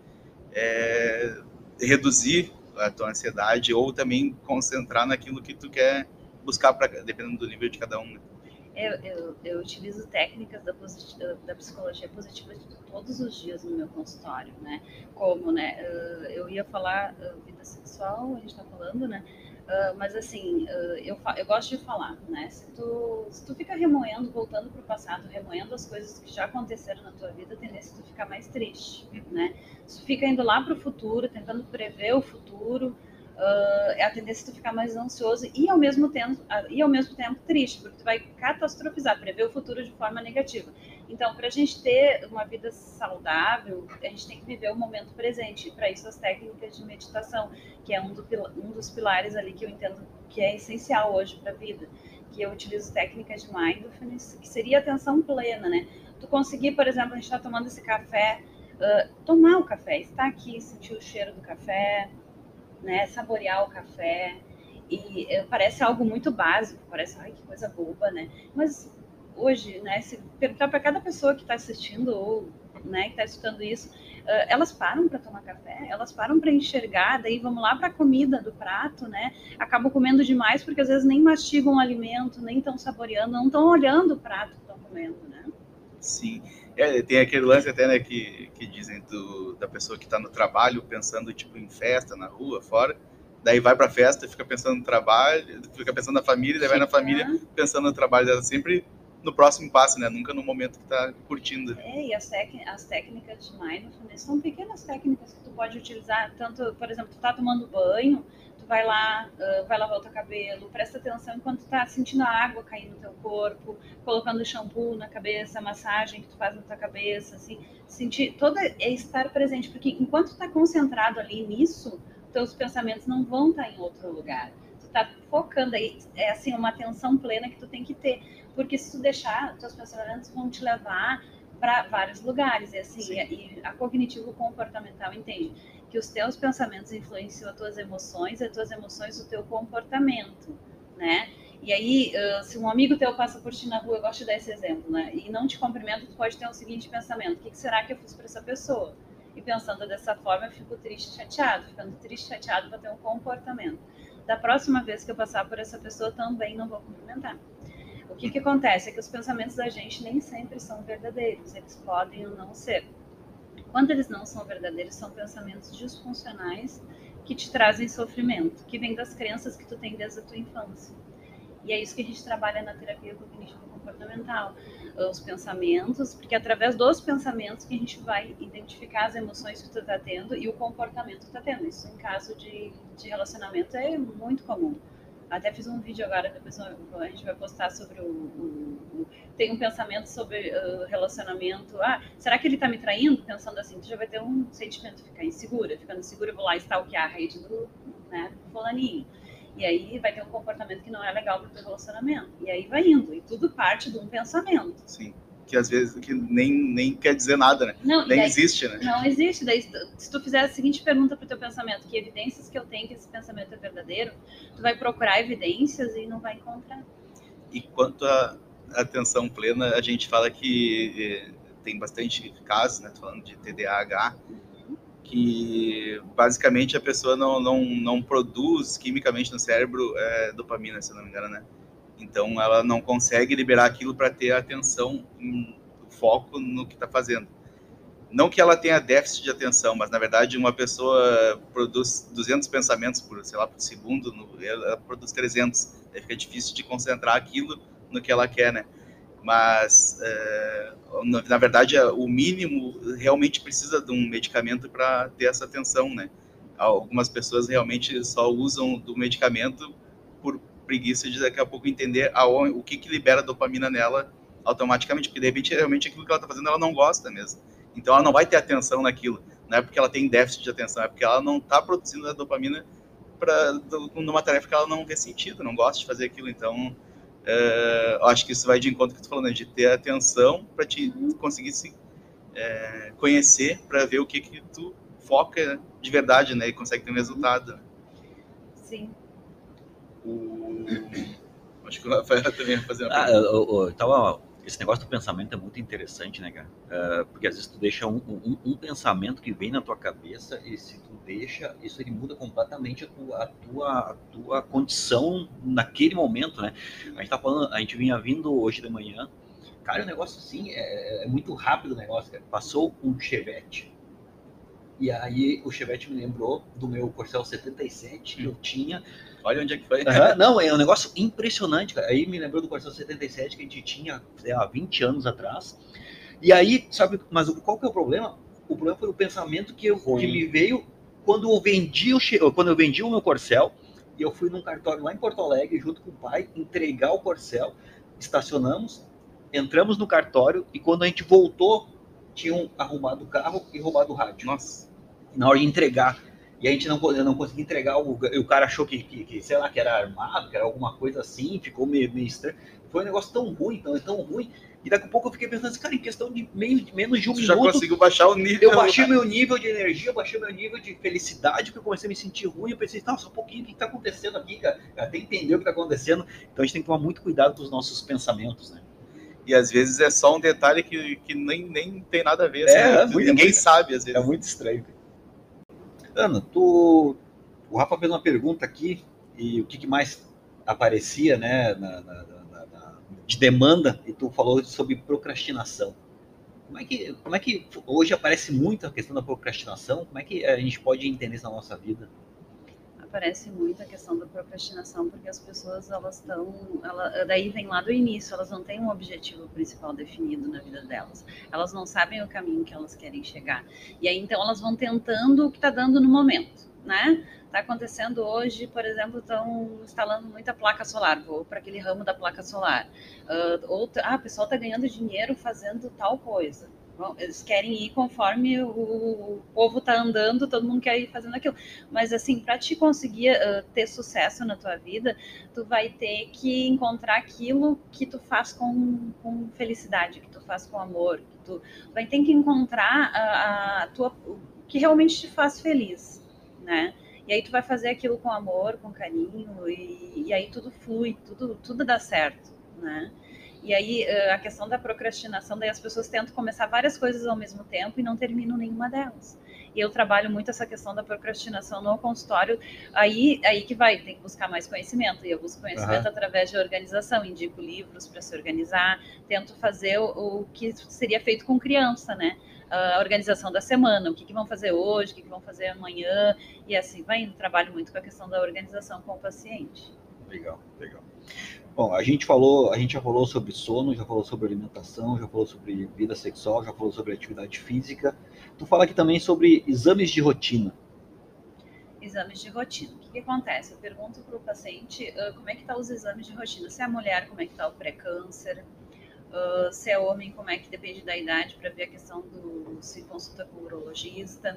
é, reduzir a tua ansiedade ou também concentrar naquilo que tu quer buscar, pra, dependendo do nível de cada um, né? Eu, eu, eu utilizo técnicas da, da psicologia positiva todos os dias no meu consultório, né? Como, né? Eu ia falar vida sexual, a gente tá falando, né? Mas assim, eu, eu gosto de falar, né? Se tu, se tu fica remoendo, voltando pro passado, remoendo as coisas que já aconteceram na tua vida, a tendência é tu ficar mais triste, né? Se tu fica indo lá pro futuro, tentando prever o futuro, Uh, é a tendência de tu ficar mais ansioso e ao mesmo tempo uh, e ao mesmo tempo triste, porque tu vai catastrofizar, prever o futuro de forma negativa. Então, para a gente ter uma vida saudável, a gente tem que viver o momento presente. Para isso, as técnicas de meditação, que é um, do, um dos pilares ali que eu entendo que é essencial hoje para a vida, que eu utilizo técnicas de mindfulness, que seria atenção plena, né? Tu conseguir, por exemplo, a gente está tomando esse café, uh, tomar o café, estar aqui, sentir o cheiro do café, né, saborear o café, e é, parece algo muito básico, parece, ai, que coisa boba, né, mas hoje, né, se perguntar para cada pessoa que está assistindo ou, né, que está escutando isso, uh, elas param para tomar café, elas param para enxergar, daí vamos lá para a comida do prato, né? Acabam comendo demais porque às vezes nem mastigam o alimento, nem estão saboreando, não estão olhando o prato que estão comendo, né? Sim. É, tem aquele lance até, né, que, que dizem do, da pessoa que está no trabalho pensando tipo em festa, na rua, fora, daí vai para a festa, fica pensando no trabalho, fica pensando na família, daí vai na família pensando no trabalho dela, sempre no próximo passo, né, nunca no momento que está curtindo. É, e as, as técnicas de mindfulness são pequenas técnicas que tu pode utilizar, tanto, por exemplo, tu tá tomando banho, tu vai lá, uh, vai lavar o teu cabelo, presta atenção enquanto tu tá sentindo a água cair no teu corpo, colocando shampoo na cabeça, a massagem que tu faz na tua cabeça, assim, sentir, toda é estar presente, porque enquanto tu tá concentrado ali nisso, teus pensamentos não vão estar em outro lugar. Tu tá focando aí, é assim, uma atenção plena que tu tem que ter, porque se tu deixar, teus pensamentos vão te levar para vários lugares, e assim, e a cognitivo comportamental entende que os teus pensamentos influenciam as tuas emoções, as tuas emoções o teu comportamento, né? E aí, uh, se um amigo teu passa por ti na rua, eu gosto de dar esse exemplo, né? E não te cumprimenta, tu pode ter o seguinte pensamento: o que, que será que eu fiz para essa pessoa? E pensando dessa forma, eu fico triste, chateado, ficando triste, chateado para ter um comportamento. Da próxima vez que eu passar por essa pessoa, também não vou cumprimentar. O que, que acontece é que os pensamentos da gente nem sempre são verdadeiros, eles podem ou não ser. Quando eles não são verdadeiros, são pensamentos disfuncionais que te trazem sofrimento, que vem das crenças que tu tem desde a tua infância. E é isso que a gente trabalha na terapia cognitivo-comportamental. Os pensamentos, porque é através dos pensamentos que a gente vai identificar as emoções que tu está tendo e o comportamento que tu está tendo. Isso em caso de, de relacionamento é muito comum. Até fiz um vídeo agora, depois a gente vai postar sobre o... o, o tem um pensamento sobre uh, relacionamento. Ah, será que ele tá me traindo? Pensando assim, tu já vai ter um sentimento de ficar insegura. Ficando insegura, eu vou lá stalkear a rede do, né, do fulaninho. E aí vai ter um comportamento que não é legal pro teu relacionamento. E aí vai indo. E tudo parte de um pensamento. Sim. Que às vezes que nem, nem quer dizer nada, né? Não, nem daí, existe, né? Não existe. Daí, se tu fizer a seguinte pergunta pro teu pensamento, que evidências que eu tenho que esse pensamento é verdadeiro, tu vai procurar evidências e não vai encontrar. E quanto à atenção plena, a gente fala que eh, tem bastante casos, né? Falando de T D A H, uhum. que basicamente a pessoa não, não, não produz quimicamente no cérebro é, dopamina, se não me engano, né? Então, ela não consegue liberar aquilo para ter atenção, em, foco no que está fazendo. Não que ela tenha déficit de atenção, mas, na verdade, uma pessoa produz duzentos pensamentos por, sei lá, por segundo, no, ela produz trezentos. Aí fica difícil de concentrar aquilo no que ela quer, né? Mas, é, na verdade, o mínimo realmente precisa de um medicamento para ter essa atenção, né? Algumas pessoas realmente só usam do medicamento por preguiça de daqui a pouco entender aonde, o que, que libera dopamina nela automaticamente, porque de repente realmente aquilo que ela está fazendo ela não gosta mesmo, então ela não vai ter atenção naquilo, não é porque ela tem déficit de atenção, é porque ela não está produzindo a dopamina para numa tarefa que ela não vê sentido, não gosta de fazer aquilo. Então é, eu acho que isso vai de encontro com o que tu falando, né, de ter atenção para te conseguir se é, conhecer, para ver o que que tu foca de verdade, né, e consegue ter um resultado. Sim. O... Acho que o Rafael também vai fazer uma ah, eu, eu, eu tava... Esse negócio do pensamento é muito interessante, né, cara? Uh, porque às vezes tu deixa um, um, um pensamento que vem na tua cabeça e se tu deixa, isso ele muda completamente a tua, a tua, a tua condição naquele momento, né? A gente tá falando, a gente vinha vindo hoje de manhã, cara, o negócio assim, é, é muito rápido o negócio, cara. Passou um Chevette. E aí o Chevette me lembrou do meu Corcel setenta e sete que eu tinha. Olha onde é que foi. Uhum, não, é um negócio impressionante, cara. Aí me lembrou do Corcel setenta e sete que a gente tinha, sei lá, vinte anos atrás. E aí, sabe, mas qual que é o problema? O problema foi o pensamento que, eu, que me veio quando eu vendi o quando eu vendi o meu Corcel e eu fui num cartório lá em Porto Alegre junto com o pai entregar o Corcel, estacionamos, entramos no cartório e quando a gente voltou tinham arrumado o carro e roubado o rádio. Nossa. Na hora de entregar. E a gente não, eu não conseguia entregar, o, o cara achou que, que, que, sei lá, que era armado, que era alguma coisa assim, ficou meio, meio estranho. Foi um negócio tão ruim, tão, tão ruim. E daqui a pouco eu fiquei pensando assim, cara, em questão de meio, de menos de um Você minuto... já conseguiu baixar o nível... Eu baixei meu nível de energia, eu baixei meu nível de felicidade, porque eu comecei a me sentir ruim. Eu pensei, não, só um pouquinho, o que está acontecendo aqui, cara? Até entender o que está acontecendo. Então a gente tem que tomar muito cuidado com os nossos pensamentos, né? E às vezes é só um detalhe que, que nem, nem tem nada a ver. É, assim, é muito, ninguém é muito, sabe, às vezes. É muito estranho. Ana, tu, o Rafa fez uma pergunta aqui, e o que, que mais aparecia, né, na, na, na, na, de demanda, e tu falou sobre procrastinação. Como é, que, como é que hoje aparece muito a questão da procrastinação? Como é que a gente pode entender isso na nossa vida? Aparece muito a questão da procrastinação, porque as pessoas, elas estão, ela, daí vem lá do início, elas não têm um objetivo principal definido na vida delas, elas não sabem o caminho que elas querem chegar, e aí então elas vão tentando o que está dando no momento, né? Está acontecendo hoje, por exemplo, estão instalando muita placa solar, vou para aquele ramo da placa solar, uh, ou, ah, o pessoal está ganhando dinheiro fazendo tal coisa. Bom, eles querem ir conforme o, o povo está andando, todo mundo quer ir fazendo aquilo. Mas, assim, para te conseguir uh, ter sucesso na tua vida, tu vai ter que encontrar aquilo que tu faz com, com felicidade, que tu faz com amor, que tu vai ter que encontrar a, a tua, o que realmente te faz feliz, né? E aí tu vai fazer aquilo com amor, com carinho, e, e aí tudo flui, tudo, tudo dá certo, né? E aí, a questão da procrastinação, daí as pessoas tentam começar várias coisas ao mesmo tempo e não terminam nenhuma delas. E eu trabalho muito essa questão da procrastinação no consultório, aí, aí que vai, tem que buscar mais conhecimento, e eu busco conhecimento uhum. através de organização, indico livros para se organizar, tento fazer o, o que seria feito com criança, né? A organização da semana, o que, que vão fazer hoje, o que, que vão fazer amanhã, e assim vai indo, trabalho muito com a questão da organização com o paciente. Legal, legal. Bom, a gente falou, a gente já falou sobre sono, já falou sobre alimentação, já falou sobre vida sexual, já falou sobre atividade física. Tu fala aqui também sobre exames de rotina. Exames de rotina. O que, que acontece? Eu pergunto para o paciente uh, como é que estão os exames de rotina. Se é mulher, como é que está o pré-câncer. Uh, se é homem, como é que depende da idade para ver a questão do se consulta com o urologista.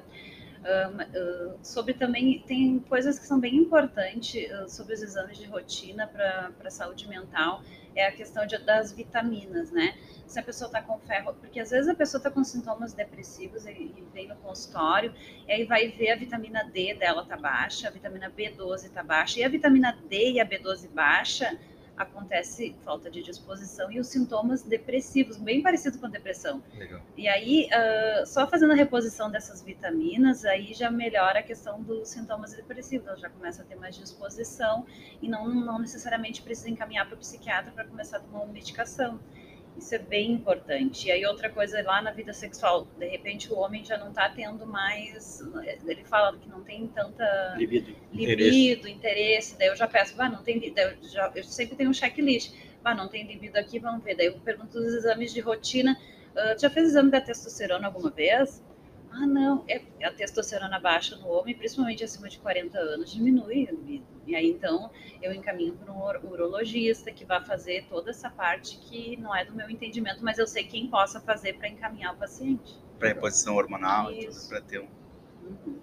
Uh, uh, sobre também, tem coisas que são bem importantes uh, sobre os exames de rotina para a saúde mental, é a questão de, das vitaminas, né? Se a pessoa está com ferro, porque às vezes a pessoa está com sintomas depressivos e, e vem no consultório, e aí vai ver a vitamina D dela tá baixa, a vitamina B doze tá baixa, e a vitamina D e a B doze baixa, acontece falta de disposição e os sintomas depressivos, bem parecido com a depressão. Legal. E aí, uh, só fazendo a reposição dessas vitaminas, aí já melhora a questão dos sintomas depressivos, ela já começa a ter mais disposição e não, não necessariamente precisa encaminhar para o psiquiatra para começar a tomar uma medicação. Isso é bem importante. E aí outra coisa, lá na vida sexual, de repente o homem já não está tendo mais, ele fala que não tem tanta libido, libido interesse. interesse, daí eu já peço, ah, não tem, eu, já, eu sempre tenho um checklist, ah, não tem libido aqui, vamos ver. Daí eu pergunto os exames de rotina, uh, já fez exame da testosterona alguma vez? Ah, não, é, a testosterona baixa no homem, principalmente acima de quarenta anos, diminui a libido. E aí, então, eu encaminho para um urologista que vai fazer toda essa parte que não é do meu entendimento, mas eu sei quem possa fazer para encaminhar o paciente. Para reposição hormonal, para ter um... Uhum.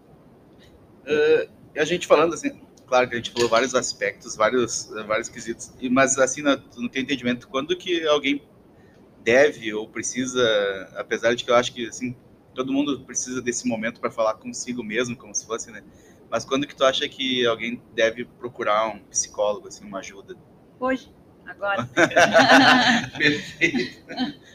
Uh, a gente falando assim, claro que a gente falou vários aspectos, vários, vários quesitos, mas assim, no, no teu entendimento, quando que alguém deve ou precisa, apesar de que eu acho que, assim, todo mundo precisa desse momento para falar consigo mesmo, como se fosse, né? Mas quando que tu acha que alguém deve procurar um psicólogo, assim, uma ajuda? Hoje, agora. Perfeito.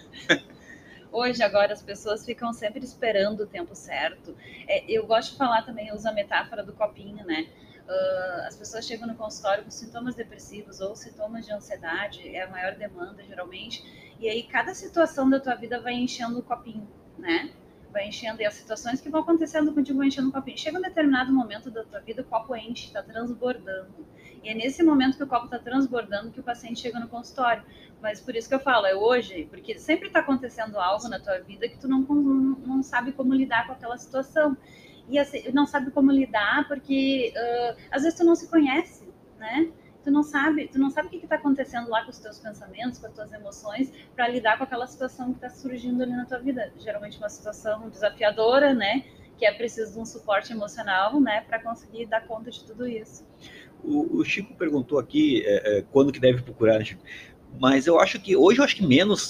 Hoje, agora, as pessoas ficam sempre esperando o tempo certo. É, eu gosto de falar também, eu uso a metáfora do copinho, né? Uh, as pessoas chegam no consultório com sintomas depressivos ou sintomas de ansiedade, é a maior demanda, geralmente. E aí, cada situação da tua vida vai enchendo o copinho, né? Vai enchendo, e as situações que vão acontecendo contigo vão enchendo o copinho. Chega um determinado momento da tua vida, o copo enche, está transbordando. E é nesse momento que o copo está transbordando que o paciente chega no consultório. Mas por isso que eu falo, é hoje, porque sempre está acontecendo algo na tua vida que tu não, não, não sabe como lidar com aquela situação. E assim, não sabe como lidar porque uh, às vezes tu não se conhece, né? Tu não sabe, tu não sabe o que está acontecendo lá com os teus pensamentos, com as tuas emoções, para lidar com aquela situação que está surgindo ali na tua vida. Geralmente uma situação desafiadora, né? Que é preciso de um suporte emocional, né? Para conseguir dar conta de tudo isso. O, o Chico perguntou aqui é, é, quando que deve procurar, Chico? Mas eu acho que hoje eu acho que menos,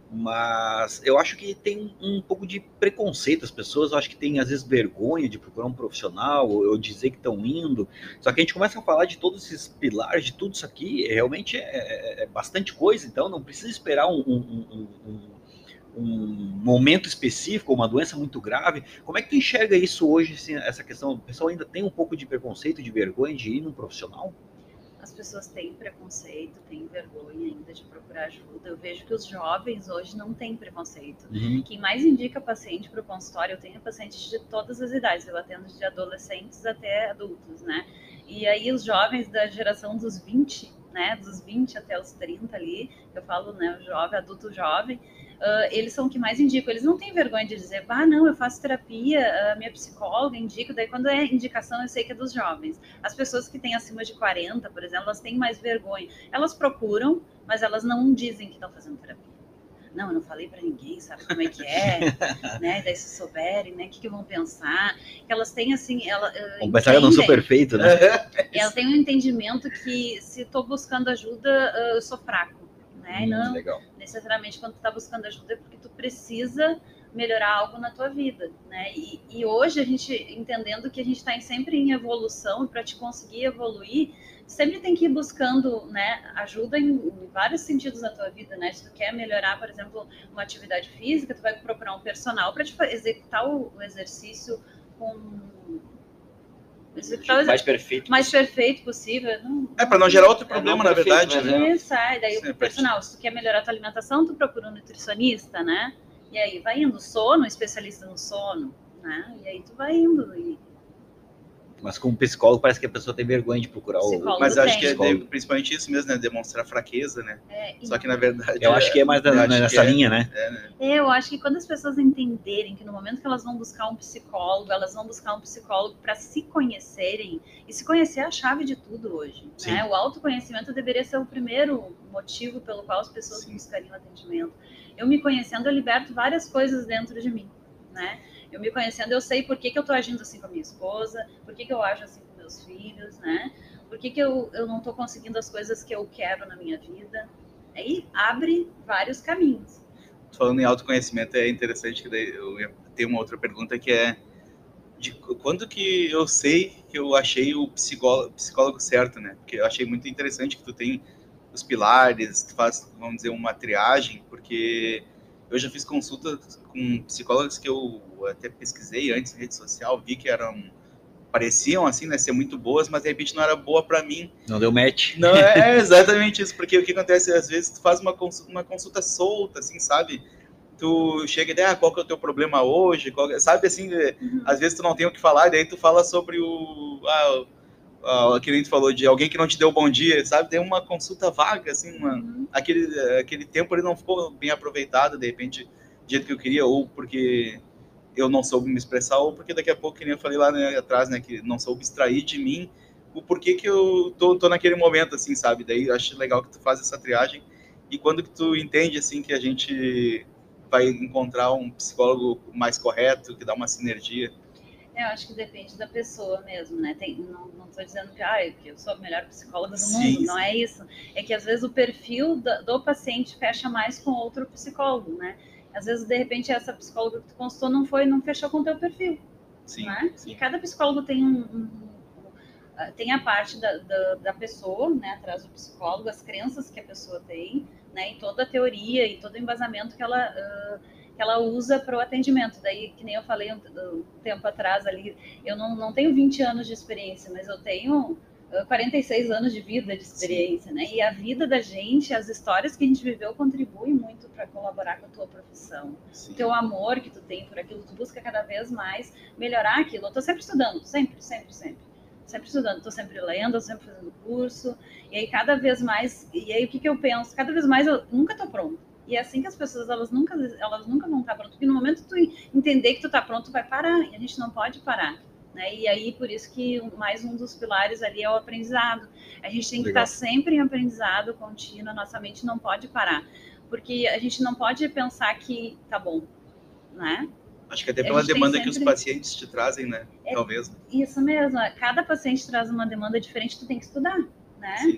Mas eu acho que tem um pouco de preconceito. As pessoas, eu acho que tem às vezes vergonha de procurar um profissional ou dizer que estão indo. Só que a gente começa a falar de todos esses pilares, de tudo isso aqui, realmente é, é bastante coisa. Então não precisa esperar um, um, um, um, um momento específico, uma doença muito grave. Como é que tu enxerga isso hoje, assim, essa questão? O pessoal ainda tem um pouco de preconceito, de vergonha de ir num profissional? As pessoas têm preconceito, têm vergonha ainda de procurar ajuda. Eu vejo que os jovens hoje não têm preconceito. Uhum. Quem mais indica paciente para o consultório, eu tenho pacientes de todas as idades, eu atendo de adolescentes até adultos, né? E aí os jovens da geração dos vinte, né, dos vinte até os trinta ali, eu falo, né, o jovem, adulto jovem, uh, eles são os que mais indicam. Eles não têm vergonha de dizer, ah, não, eu faço terapia, a minha psicóloga indica. Daí quando é indicação, eu sei que é dos jovens. As pessoas que têm acima de quarenta, por exemplo, elas têm mais vergonha. Elas procuram, mas elas não dizem que estão fazendo terapia. Não, eu não falei para ninguém, sabe como é que é, né? Daí se souberem, né? O que, que vão pensar? Que elas têm assim, ela. Vão pensar que eu não sou perfeito, né? Elas têm um entendimento que se estou buscando ajuda, eu sou fraco, né? Hum, não legal. Necessariamente quando tu está buscando ajuda é porque tu precisa melhorar algo na tua vida, né? E, e hoje a gente entendendo que a gente está sempre em evolução, e para te conseguir evoluir, sempre tem que ir buscando, né, ajuda em, em vários sentidos na tua vida, né? Se tu quer melhorar, por exemplo, uma atividade física, tu vai procurar um personal para te executar o, o exercício com executar mais perfeito mais possível. perfeito possível. Não, é para não gerar outro problema, é, na verdade. Né? Isso, é, daí Sim, o personal, se tu quer melhorar a tua alimentação, tu procura um nutricionista, né? E aí vai indo, sono, especialista no sono, né? E aí tu vai indo. E... Mas como psicólogo parece que a pessoa tem vergonha de procurar o... Mas acho que é de, principalmente isso mesmo, né? Demonstrar fraqueza, né? É, Só que na verdade... Eu é, acho que é mais da, nessa linha, é, né? É, né? Eu acho que quando as pessoas entenderem que no momento que elas vão buscar um psicólogo, elas vão buscar um psicólogo para se conhecerem, e se conhecer é a chave de tudo hoje, né? O autoconhecimento deveria ser o primeiro motivo pelo qual as pessoas Sim. buscariam atendimento. Eu me conhecendo, eu liberto várias coisas dentro de mim, né? Eu me conhecendo, eu sei por que, que eu tô agindo assim com a minha esposa, por que, que eu ajo assim com meus filhos, né? Por que, que eu, eu não tô conseguindo as coisas que eu quero na minha vida. Aí abre vários caminhos. Falando em autoconhecimento, é interessante que daí eu tenho uma outra pergunta que é de quando que eu sei que eu achei o psicólogo, psicólogo certo, né? Porque eu achei muito interessante que tu tem os pilares, tu faz, vamos dizer, uma triagem, porque eu já fiz consultas com psicólogos que eu até pesquisei antes na rede social, vi que eram, pareciam assim, né, ser muito boas, mas de repente não era boa para mim. Não deu match. Não, é exatamente isso, porque o que acontece, às vezes tu faz uma consulta, uma consulta solta, assim, sabe? Tu chega e diz, ah, qual que é o teu problema hoje? Qual... Sabe, assim, uhum. Às vezes tu não tem o que falar, e daí tu fala sobre o... Ah, Uh, que nem tu falou de alguém que não te deu bom dia, sabe? Tem uma consulta vaga, assim, uma, uhum. aquele, aquele tempo ele não ficou bem aproveitado, de repente, do jeito que eu queria, ou porque eu não soube me expressar, ou porque daqui a pouco, que nem eu falei lá, né, atrás, né, que não soube extrair de mim o porquê que eu tô, tô naquele momento, assim, sabe? Daí eu acho legal que tu faz essa triagem, e quando que tu entende, assim, que a gente vai encontrar um psicólogo mais correto, que dá uma sinergia. Eu acho que depende da pessoa mesmo, né? Tem, não, não tô dizendo que, ah, que eu sou a melhor psicóloga do sim, mundo, não é isso. É que às vezes o perfil do, do paciente fecha mais com outro psicólogo, né? Às vezes, de repente, essa psicóloga que tu consultou não foi, não fechou com o teu perfil. Sim, né? sim. E cada psicólogo tem um, um, um tem a parte da, da, da pessoa, né? Atrás do psicólogo, as crenças que a pessoa tem, né? E toda a teoria e todo o embasamento que ela... Uh, que ela usa para o atendimento. Daí, que nem eu falei um, um tempo atrás ali, eu não, não tenho vinte anos de experiência, mas eu tenho uh, quarenta e seis anos de vida de experiência, Sim. né? E a vida da gente, as histórias que a gente viveu contribuem muito para colaborar com a tua profissão. Sim. O teu amor que tu tem por aquilo, tu busca cada vez mais melhorar aquilo. Eu tô sempre estudando, sempre, sempre, sempre. Sempre estudando, estou sempre lendo, estou sempre fazendo curso, e aí cada vez mais, e aí o que, que eu penso? Cada vez mais eu nunca estou pronta. E é assim que as pessoas, elas nunca, elas nunca vão estar prontas. Porque no momento que tu entender que tu tá pronto, tu vai parar. E a gente não pode parar. Né? E aí, por isso que mais um dos pilares ali é o aprendizado. A gente tem que Legal. estar sempre em aprendizado contínuo. A nossa mente não pode parar. Porque a gente não pode pensar que tá bom, né? Acho que até pela demanda sempre... que os pacientes te trazem, né? É, Talvez. Isso mesmo. Cada paciente traz uma demanda diferente, tu tem que estudar, né? Sim. Tem que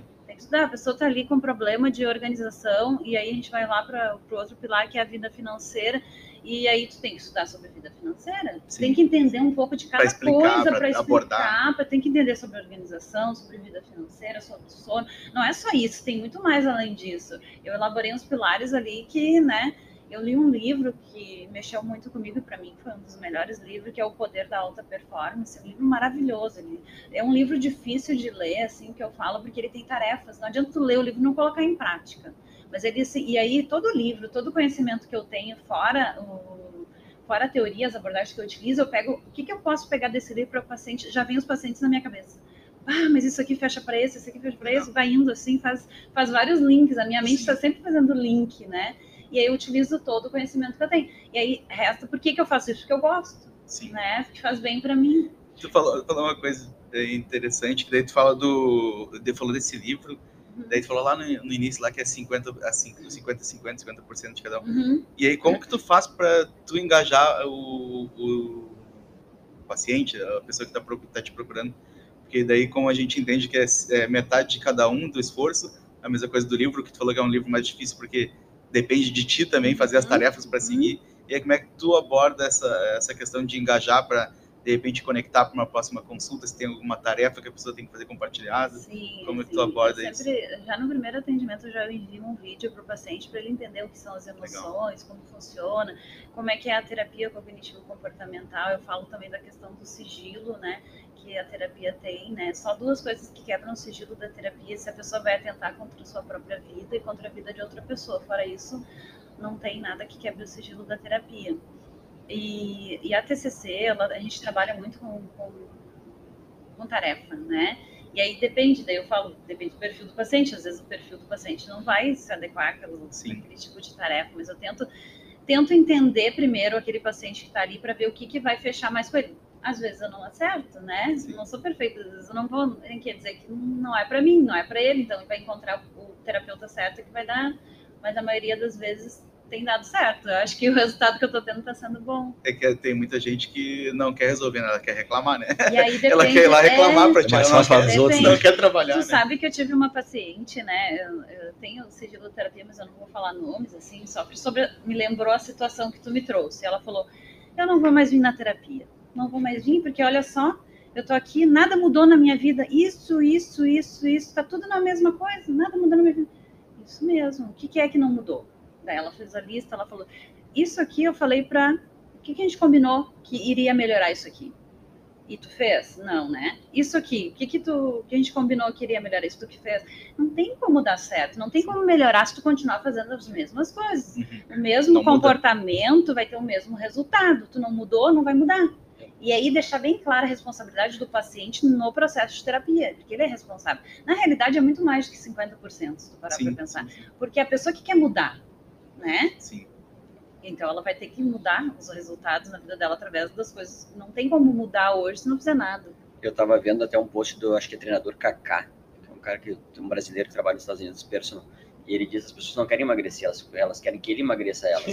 estudar. A pessoa está ali com problema de organização, e aí a gente vai lá para o outro pilar, que é a vida financeira, e aí tu tem que estudar sobre a vida financeira. Tu tem que entender um pouco de cada explicar, coisa para explicar, abordar. Pra, tem que entender sobre organização, sobre vida financeira, sobre sono. Não é só isso, tem muito mais além disso. Eu elaborei uns pilares ali que, né, eu li um livro que mexeu muito comigo, e para mim foi um dos melhores livros, que é O Poder da Alta Performance. É um livro maravilhoso. Ele é um livro difícil de ler, assim, que eu falo, porque ele tem tarefas. Não adianta tu ler o livro e não colocar em prática. Mas ele, e aí todo livro, todo conhecimento que eu tenho, fora, o, fora a teoria, as abordagens que eu utilizo, eu pego, o que, que eu posso pegar desse livro para o paciente? Já vem os pacientes na minha cabeça. Ah, mas isso aqui fecha para esse, isso aqui fecha para esse, vai indo assim, faz, faz vários links. A minha mente está sempre fazendo link, né? E aí eu utilizo todo o conhecimento que eu tenho. E aí resta, por que, que eu faço isso? Porque eu gosto, Sim. né? Porque faz bem para mim. Tu falou, falou uma coisa interessante, que daí tu fala do... Tu falou desse livro, uhum. daí tu falou lá no, no início lá que é cinquenta, cinquenta, cinquenta, cinquenta por cento de cada um. Uhum. E aí como que tu faz para tu engajar o, o paciente, a pessoa que tá, tá te procurando? Porque daí como a gente entende que é, é metade de cada um do esforço, a mesma coisa do livro, que tu falou que é um livro mais difícil porque depende de ti também fazer as tarefas para seguir. E aí, como é que tu aborda essa, essa questão de engajar para, de repente, conectar para uma próxima consulta? Se tem alguma tarefa que a pessoa tem que fazer compartilhada? Sim, como é que sim. tu aborda sempre, isso? Já no primeiro atendimento, eu já envio um vídeo para o paciente para ele entender o que são as emoções, Legal. Como funciona, como é que é a terapia cognitivo-comportamental. Eu falo também da questão do sigilo, né? Que a terapia tem, né? Só duas coisas que quebram o sigilo da terapia: se a pessoa vai atentar contra a sua própria vida e contra a vida de outra pessoa. Fora isso, não tem nada que quebre o sigilo da terapia. E, e a T C C, ela, a gente trabalha muito com, com, com tarefa, né? E aí depende, daí eu falo, depende do perfil do paciente. Às vezes o perfil do paciente não vai se adequar àquele, àquele tipo de tarefa, mas eu tento, tento entender primeiro aquele paciente que está ali para ver o que, que vai fechar mais com ele. Às vezes eu não acerto, né? Sim. Não sou perfeita, às vezes eu não vou, quer dizer que não é para mim, não é para ele, então ele vai encontrar o terapeuta certo que vai dar, mas a maioria das vezes tem dado certo. Eu acho que o resultado que eu tô tendo está sendo bom. É que tem muita gente que não quer resolver, ela quer reclamar, né? E aí depende, ela quer ir lá reclamar é, para tirar, ela não, dos outros, não quer trabalhar, Tu né? sabe que eu tive uma paciente, né? Eu, eu tenho sigilo de terapia, mas eu não vou falar nomes, assim, só sobre, me lembrou a situação que tu me trouxe. Ela falou, eu não vou mais vir na terapia. Não vou mais vir, porque olha só, eu tô aqui, nada mudou na minha vida, isso, isso, isso, isso, tá tudo na mesma coisa, nada mudou na minha vida. Isso mesmo, o que, que é que não mudou? Daí ela fez a lista, ela falou, isso aqui eu falei pra, o que, que a gente combinou que iria melhorar isso aqui? E tu fez? Não, né? Isso aqui, o que, que, tu, que a gente combinou que iria melhorar isso, tu que fez? Não tem como dar certo, não tem como melhorar se tu continuar fazendo as mesmas coisas. Uhum. O mesmo não comportamento muda. Vai ter o mesmo resultado. Tu não mudou, não vai mudar. E aí deixar bem clara a responsabilidade do paciente no processo de terapia, porque ele é responsável. Na realidade é muito mais do que cinquenta por cento, se tu parar para pensar. Sim. Porque a pessoa que quer mudar, né? Sim. Então ela vai ter que mudar os resultados na vida dela através das coisas. Não tem como mudar hoje se não fizer nada. Eu estava vendo até um post do, acho que é treinador Kaká, que é um cara que um brasileiro que trabalha nos Estados Unidos, personal. E ele diz que as pessoas não querem emagrecer, elas, elas querem que ele emagreça elas.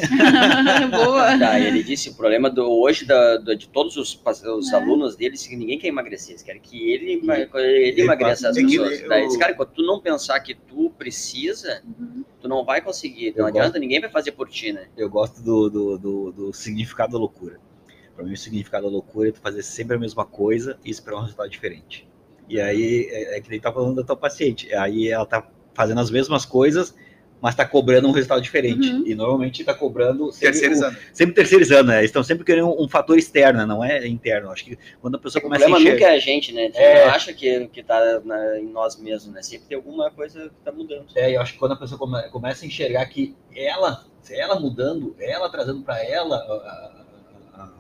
Boa! Tá, ele disse, o problema do, hoje da, do, de todos os, os é. alunos deles é que ninguém quer emagrecer, eles querem que ele, ele, ele emagreça as pessoas. Daí, esse cara, quando tu não pensar que tu precisa, uhum. tu não vai conseguir, não eu adianta, gosto, ninguém vai fazer por ti, né? Eu gosto do, do, do, do significado da loucura. Para mim, o significado da loucura é tu fazer sempre a mesma coisa e esperar um resultado diferente. E aí, é, é que nem tá falando da tua paciente, aí ela tá fazendo as mesmas coisas, mas está cobrando um resultado diferente. Uhum. E normalmente está cobrando... Sempre terceirizando. Um, sempre terceirizando, né? Eles estão sempre querendo um, um fator externo, não é interno. Acho que quando a pessoa começa a enxergar... O problema nunca é a gente, né? A gente é... não acha que, que tá na, em nós mesmos, né? Sempre tem alguma coisa que está mudando. É, eu acho que quando a pessoa come, começa a enxergar que ela, ela mudando, ela trazendo para ela... A, a, a,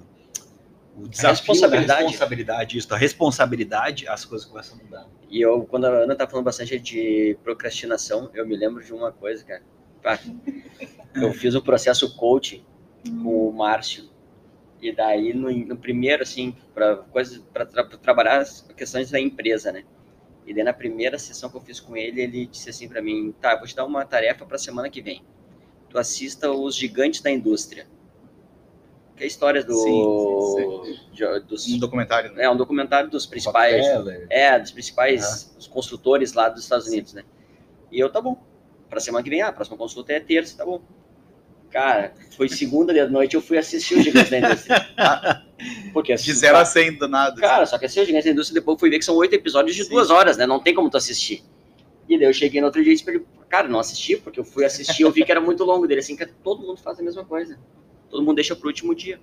o desafio, a responsabilidade. A responsabilidade, isso, a responsabilidade, as coisas começam a mudar. E eu, quando a Ana tá falando bastante de procrastinação, eu me lembro de uma coisa, cara. Ah, eu fiz um processo coaching com o Márcio. E daí, no, no primeiro, assim, para coisas para tra trabalhar as questões da empresa, né? E daí, na primeira sessão que eu fiz com ele, ele disse assim para mim, tá, eu vou te dar uma tarefa para semana que vem. Tu assista Os Gigantes da Indústria. Que é a história do... Sim, sim, sim. De, dos, um documentário, né? É, um documentário dos principais... É, dos principais uhum. os construtores lá dos Estados Unidos, né? E eu, tá bom. Pra semana que vem, ah, a próxima consulta é terça, tá bom. Cara, foi segunda de noite, eu fui assistir o Gigantes da Indústria. Porque, assim, de zero a cem do nada. Cara, só que assim, o Gigantes da Indústria, depois eu fui ver que são oito episódios de Sim. duas horas, né? Não tem como tu assistir. E daí eu cheguei no outro dia e disse, cara, não assisti, porque eu fui assistir, eu vi que era muito longo dele, assim, que todo mundo faz a mesma coisa. Todo mundo deixa pro último dia.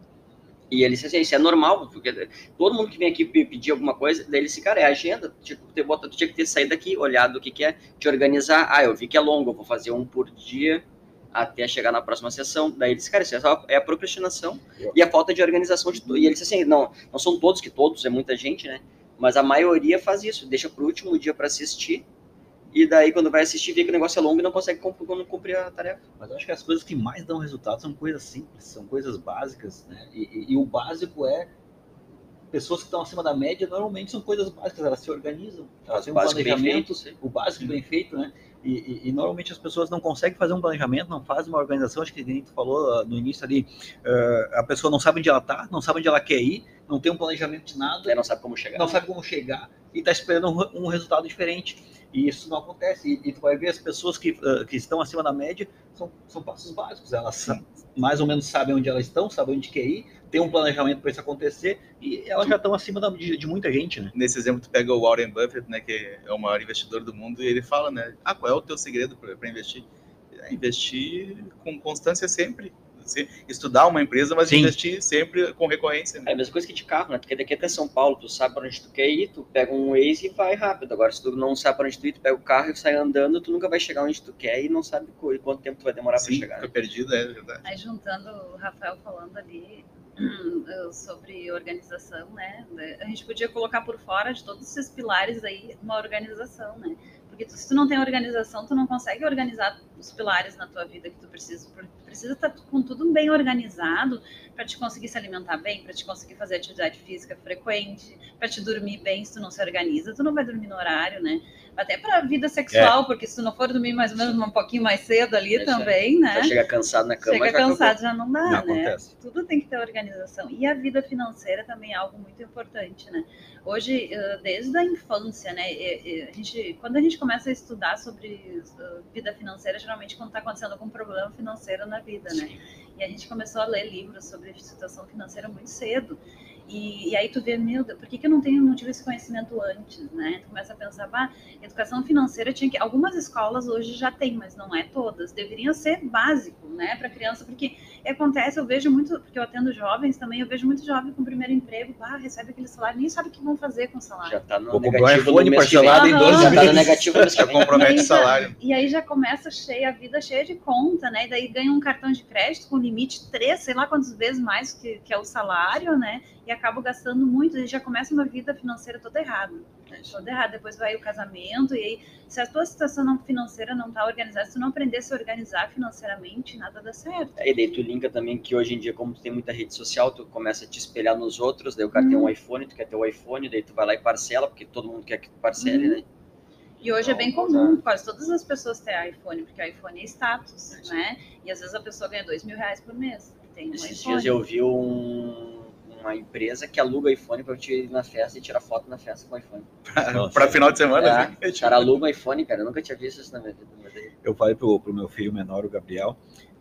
E ele disse assim, isso é normal, porque todo mundo que vem aqui pedir alguma coisa, daí ele disse, cara, é agenda, tipo, tu, bota, tu tinha que ter saído daqui, olhado o que que é, te organizar, ah, eu vi que é longo, eu vou fazer um por dia até chegar na próxima sessão. Daí ele disse, cara, isso é a procrastinação e a falta de organização de tudo. E ele disse assim, não, não são todos que todos, é muita gente, né? Mas a maioria faz isso, deixa pro último dia para assistir, e daí quando vai assistir vê que o negócio é longo e não consegue cumprir a tarefa. Mas eu acho que as coisas que mais dão resultado são coisas simples, são coisas básicas, né? E, e, e o básico é, pessoas que estão acima da média normalmente são coisas básicas, elas se organizam, elas têm um planejamento, feito, o básico bem feito, né? E, e, e normalmente as pessoas não conseguem fazer um planejamento, não fazem uma organização, acho que a gente falou no início ali, uh, a pessoa não sabe onde ela está, não sabe onde ela quer ir, não tem um planejamento de nada, é, não sabe como chegar, não sabe como chegar e está esperando um, um resultado diferente. E isso não acontece. E, e tu vai ver as pessoas que, uh, que estão acima da média, são, são passos básicos. Elas Sim. mais ou menos sabem onde elas estão, sabem onde quer ir, tem um planejamento para isso acontecer e elas já estão acima da, de, de muita gente, né? Nesse exemplo, tu pega o Warren Buffett, né, que é o maior investidor do mundo, e ele fala, né, ah, qual é o teu segredo para investir? É investir com constância sempre. Estudar uma empresa, mas Sim. investir sempre com recorrência. Né? É a mesma coisa que de carro, né? Porque daqui até São Paulo, tu sabe para onde tu quer ir, tu pega um Waze e vai rápido. Agora, se tu não sabe para onde tu ir, tu pega o carro e sai andando, tu nunca vai chegar onde tu quer e não sabe quanto tempo tu vai demorar para chegar. Fica né? perdido, é verdade. Aí, juntando o Rafael falando ali sobre organização, né? A gente podia colocar por fora de todos esses pilares aí uma organização, né? Porque tu, se tu não tem organização, tu não consegue organizar os pilares na tua vida que tu precisa. Tu precisa estar com tudo bem organizado para te conseguir se alimentar bem, para te conseguir fazer atividade física frequente, para te dormir bem. Se tu não se organiza, tu não vai dormir no horário, né? Até para a vida sexual, é. porque se tu não for dormir mais ou menos um pouquinho mais cedo ali é, também, né? Já chega cansado na cama. Chega já cansado, já não dá, não né? Acontece. Tudo tem que ter organização. E a vida financeira também é algo muito importante, né? Hoje, desde a infância, né? A gente, quando a gente começa a estudar sobre vida financeira, geralmente quando está acontecendo algum problema financeiro na vida, né? Sim. E a gente começou a ler livros sobre situação financeira muito cedo. E, e aí tu vê, meu Deus, por que, que eu não tenho, não tive esse conhecimento antes, né? Tu começa a pensar, bah, educação financeira tinha que... Algumas escolas hoje já tem, mas não é todas. Deveria ser básico, né, para criança, porque acontece, eu vejo muito, porque eu atendo jovens também, eu vejo muito jovem com primeiro emprego, bah, recebe aquele salário, nem sabe o que vão fazer com o salário. Já tá no Vou negativo do mês parcelado em doze já tá no negativo, já compromete o salário. E aí já começa cheia, a vida cheia de conta, né, e daí ganha um cartão de crédito com limite três, sei lá quantas vezes mais que, que é o salário, né, e acabo gastando muito, e já começa uma vida financeira toda errada, né? Toda errada. Depois vai o casamento, e aí, se a tua situação não, financeira não está organizada, se tu não aprender a se organizar financeiramente, nada dá certo. É, e daí tu linka também que hoje em dia, como tu tem muita rede social, tu começa a te espelhar nos outros, daí o cara hum. tem um iPhone, tu quer ter o iPhone, daí tu vai lá e parcela, porque todo mundo quer que tu parcele, hum. né? E hoje então, é bem comum, quase todas as pessoas terem iPhone, porque o iPhone é status, é né? E às vezes a pessoa ganha dois mil reais por mês. Tem um Esses iPhone. dias eu vi um... uma empresa que aluga iPhone para te ir na festa e tirar foto na festa com o iPhone. Para final de semana? É, o cara aluga um iPhone, cara. Eu nunca tinha visto isso na minha vida. Eu falei pro, pro meu filho menor, o Gabriel,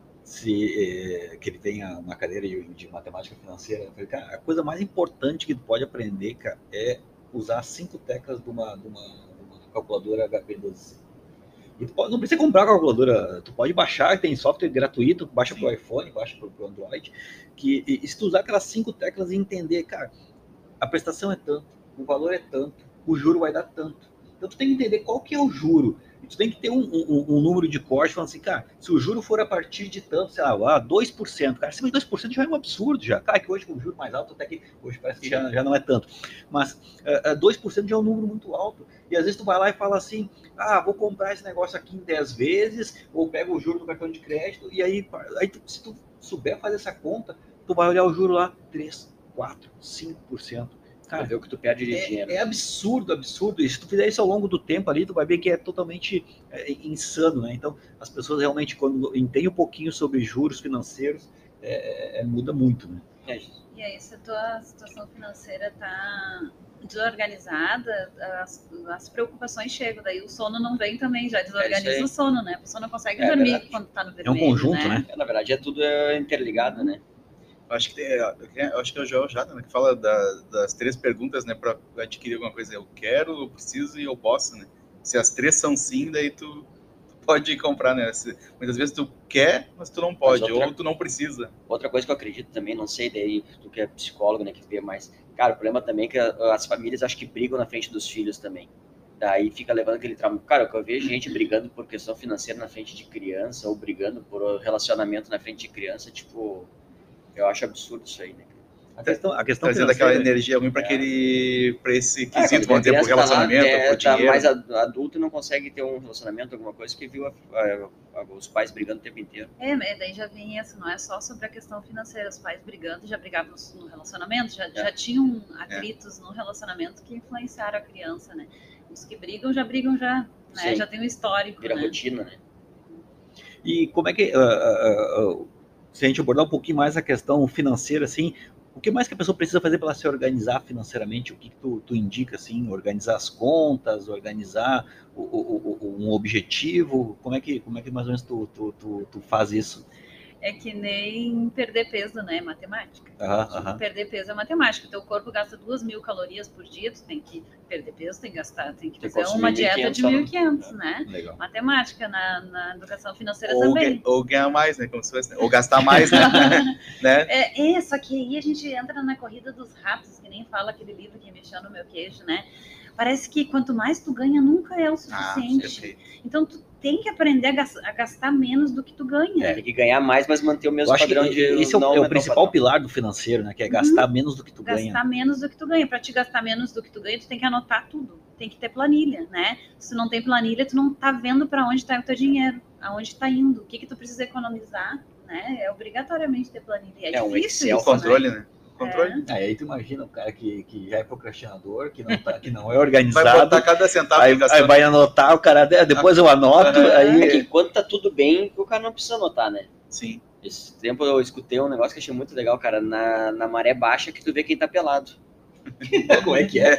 se, eh, que ele tenha uma cadeira de, de matemática financeira. Eu falei, cara, a coisa mais importante que tu pode aprender, cara, é usar cinco teclas de uma, de uma, de uma calculadora H P doze C. E tu pode, não precisa comprar a calculadora, tu pode baixar, tem software gratuito, baixa para o iPhone, baixa para o Android, que e, se tu usar aquelas cinco teclas e entender, cara, a prestação é tanto, o valor é tanto, o juro vai dar tanto. Então tu tem que entender qual que é o juro, e tu tem que ter um, um, um número de corte falando assim, cara, se o juro for a partir de tanto, sei lá, dois por cento, cara, acima de dois por cento já é um absurdo já, cara, que hoje com o juro mais alto, até que hoje parece que já, já não é tanto, mas uh, dois por cento já é um número muito alto, e às vezes tu vai lá e fala assim, ah, vou comprar esse negócio aqui em dez vezes, ou pega o juro do cartão de crédito, e aí, aí tu, se tu souber fazer essa conta, tu vai olhar o juro lá, três, quatro, cinco por cento. Cara, ver o que tu perde de é, dinheiro. É absurdo, absurdo. E se tu fizer isso ao longo do tempo ali, tu vai ver que é totalmente é, insano, né? Então, as pessoas realmente, quando entendem um pouquinho sobre juros financeiros, é, é, muda muito, né? É. E aí, se a tua situação financeira tá desorganizada, as, as preocupações chegam, daí o sono não vem também, já desorganiza é o sono, né? A pessoa não consegue é dormir verdade. Quando tá no vermelho, é um conjunto, né? né? É, na verdade é tudo interligado, né? Acho que, tem, eu acho que é o Joel Jada, né, que fala da, das três perguntas, né, para adquirir alguma coisa. Eu quero, eu preciso e eu posso, né? Se as três são sim, daí tu, tu pode comprar, né? Se, muitas vezes tu quer, mas tu não pode, outra, ou tu não precisa. Outra coisa que eu acredito também, não sei, daí tu que é psicólogo, né, que vê mais... Cara, o problema também é que as famílias acho que brigam na frente dos filhos também. Daí fica levando aquele trauma. Cara, eu vejo gente brigando por questão financeira na frente de criança, ou brigando por relacionamento na frente de criança, tipo... Eu acho absurdo isso aí, né? A questão, a questão trazendo aquela energia ruim para é. aquele, para esse quesito, é, vamos dizer, pro relacionamento, tá lá, é, pro dinheiro. Tá mais adulto e não consegue ter um relacionamento, alguma coisa que viu a, a, a, os pais brigando o tempo inteiro. É, mas daí já vem isso, não é só sobre a questão financeira, os pais brigando, já brigavam no relacionamento, já, é. já tinham atritos é. no relacionamento que influenciaram a criança, né? Os que brigam, já brigam já, né? Já tem um histórico, Vira né? rotina, né? E como é que... Uh, uh, uh, se a gente abordar um pouquinho mais a questão financeira, assim, o que mais que a pessoa precisa fazer para ela se organizar financeiramente? O que, que tu, tu indica, assim, organizar as contas, organizar o, o, o, um objetivo? Como é que, como é que mais ou menos tu, tu, tu, tu faz isso? É que nem perder peso, né? Matemática. Uhum, uhum. Perder peso é matemática. O teu corpo gasta duas mil calorias por dia, tu tem que perder peso, tem que gastar, tem que tem fazer uma dieta de mil e quinhentos, né? Legal. Matemática na, na educação financeira ou também. Ga, ou ganhar mais, né? Como se fosse, ou gastar mais, né? né? É, é, só que aí a gente entra na corrida dos ratos, que nem fala aquele livro que mexeu no meu queijo, né? Parece que quanto mais tu ganha, nunca é o suficiente. Ah, então, tu tem que aprender a gastar, a gastar menos do que tu ganha. É, tem que ganhar mais, mas manter o mesmo padrão de... Esse é o, é o principal padrão. pilar do financeiro, né? Que é gastar uhum. menos do que tu gastar ganha. Gastar menos do que tu ganha. Para te gastar menos do que tu ganha, tu tem que anotar tudo. Tem que ter planilha, né? Se tu não tem planilha, tu não tá vendo para onde tá o teu dinheiro, aonde tá indo, o que que tu precisa economizar, né? É obrigatoriamente ter planilha. É, é difícil um Excel, isso, controle, né? né? Controle. É. Aí tu imagina um cara que, que já é procrastinador, que não, tá, que não é organizado. Vai botar cada centavo. Aí, aí vai anotar, o cara, depois eu anoto. É, aí... é que enquanto tá tudo bem, o cara não precisa anotar, né? Sim. Esse tempo eu escutei um negócio que achei muito legal, cara. Na, na maré baixa que tu vê quem tá pelado. Como é que é?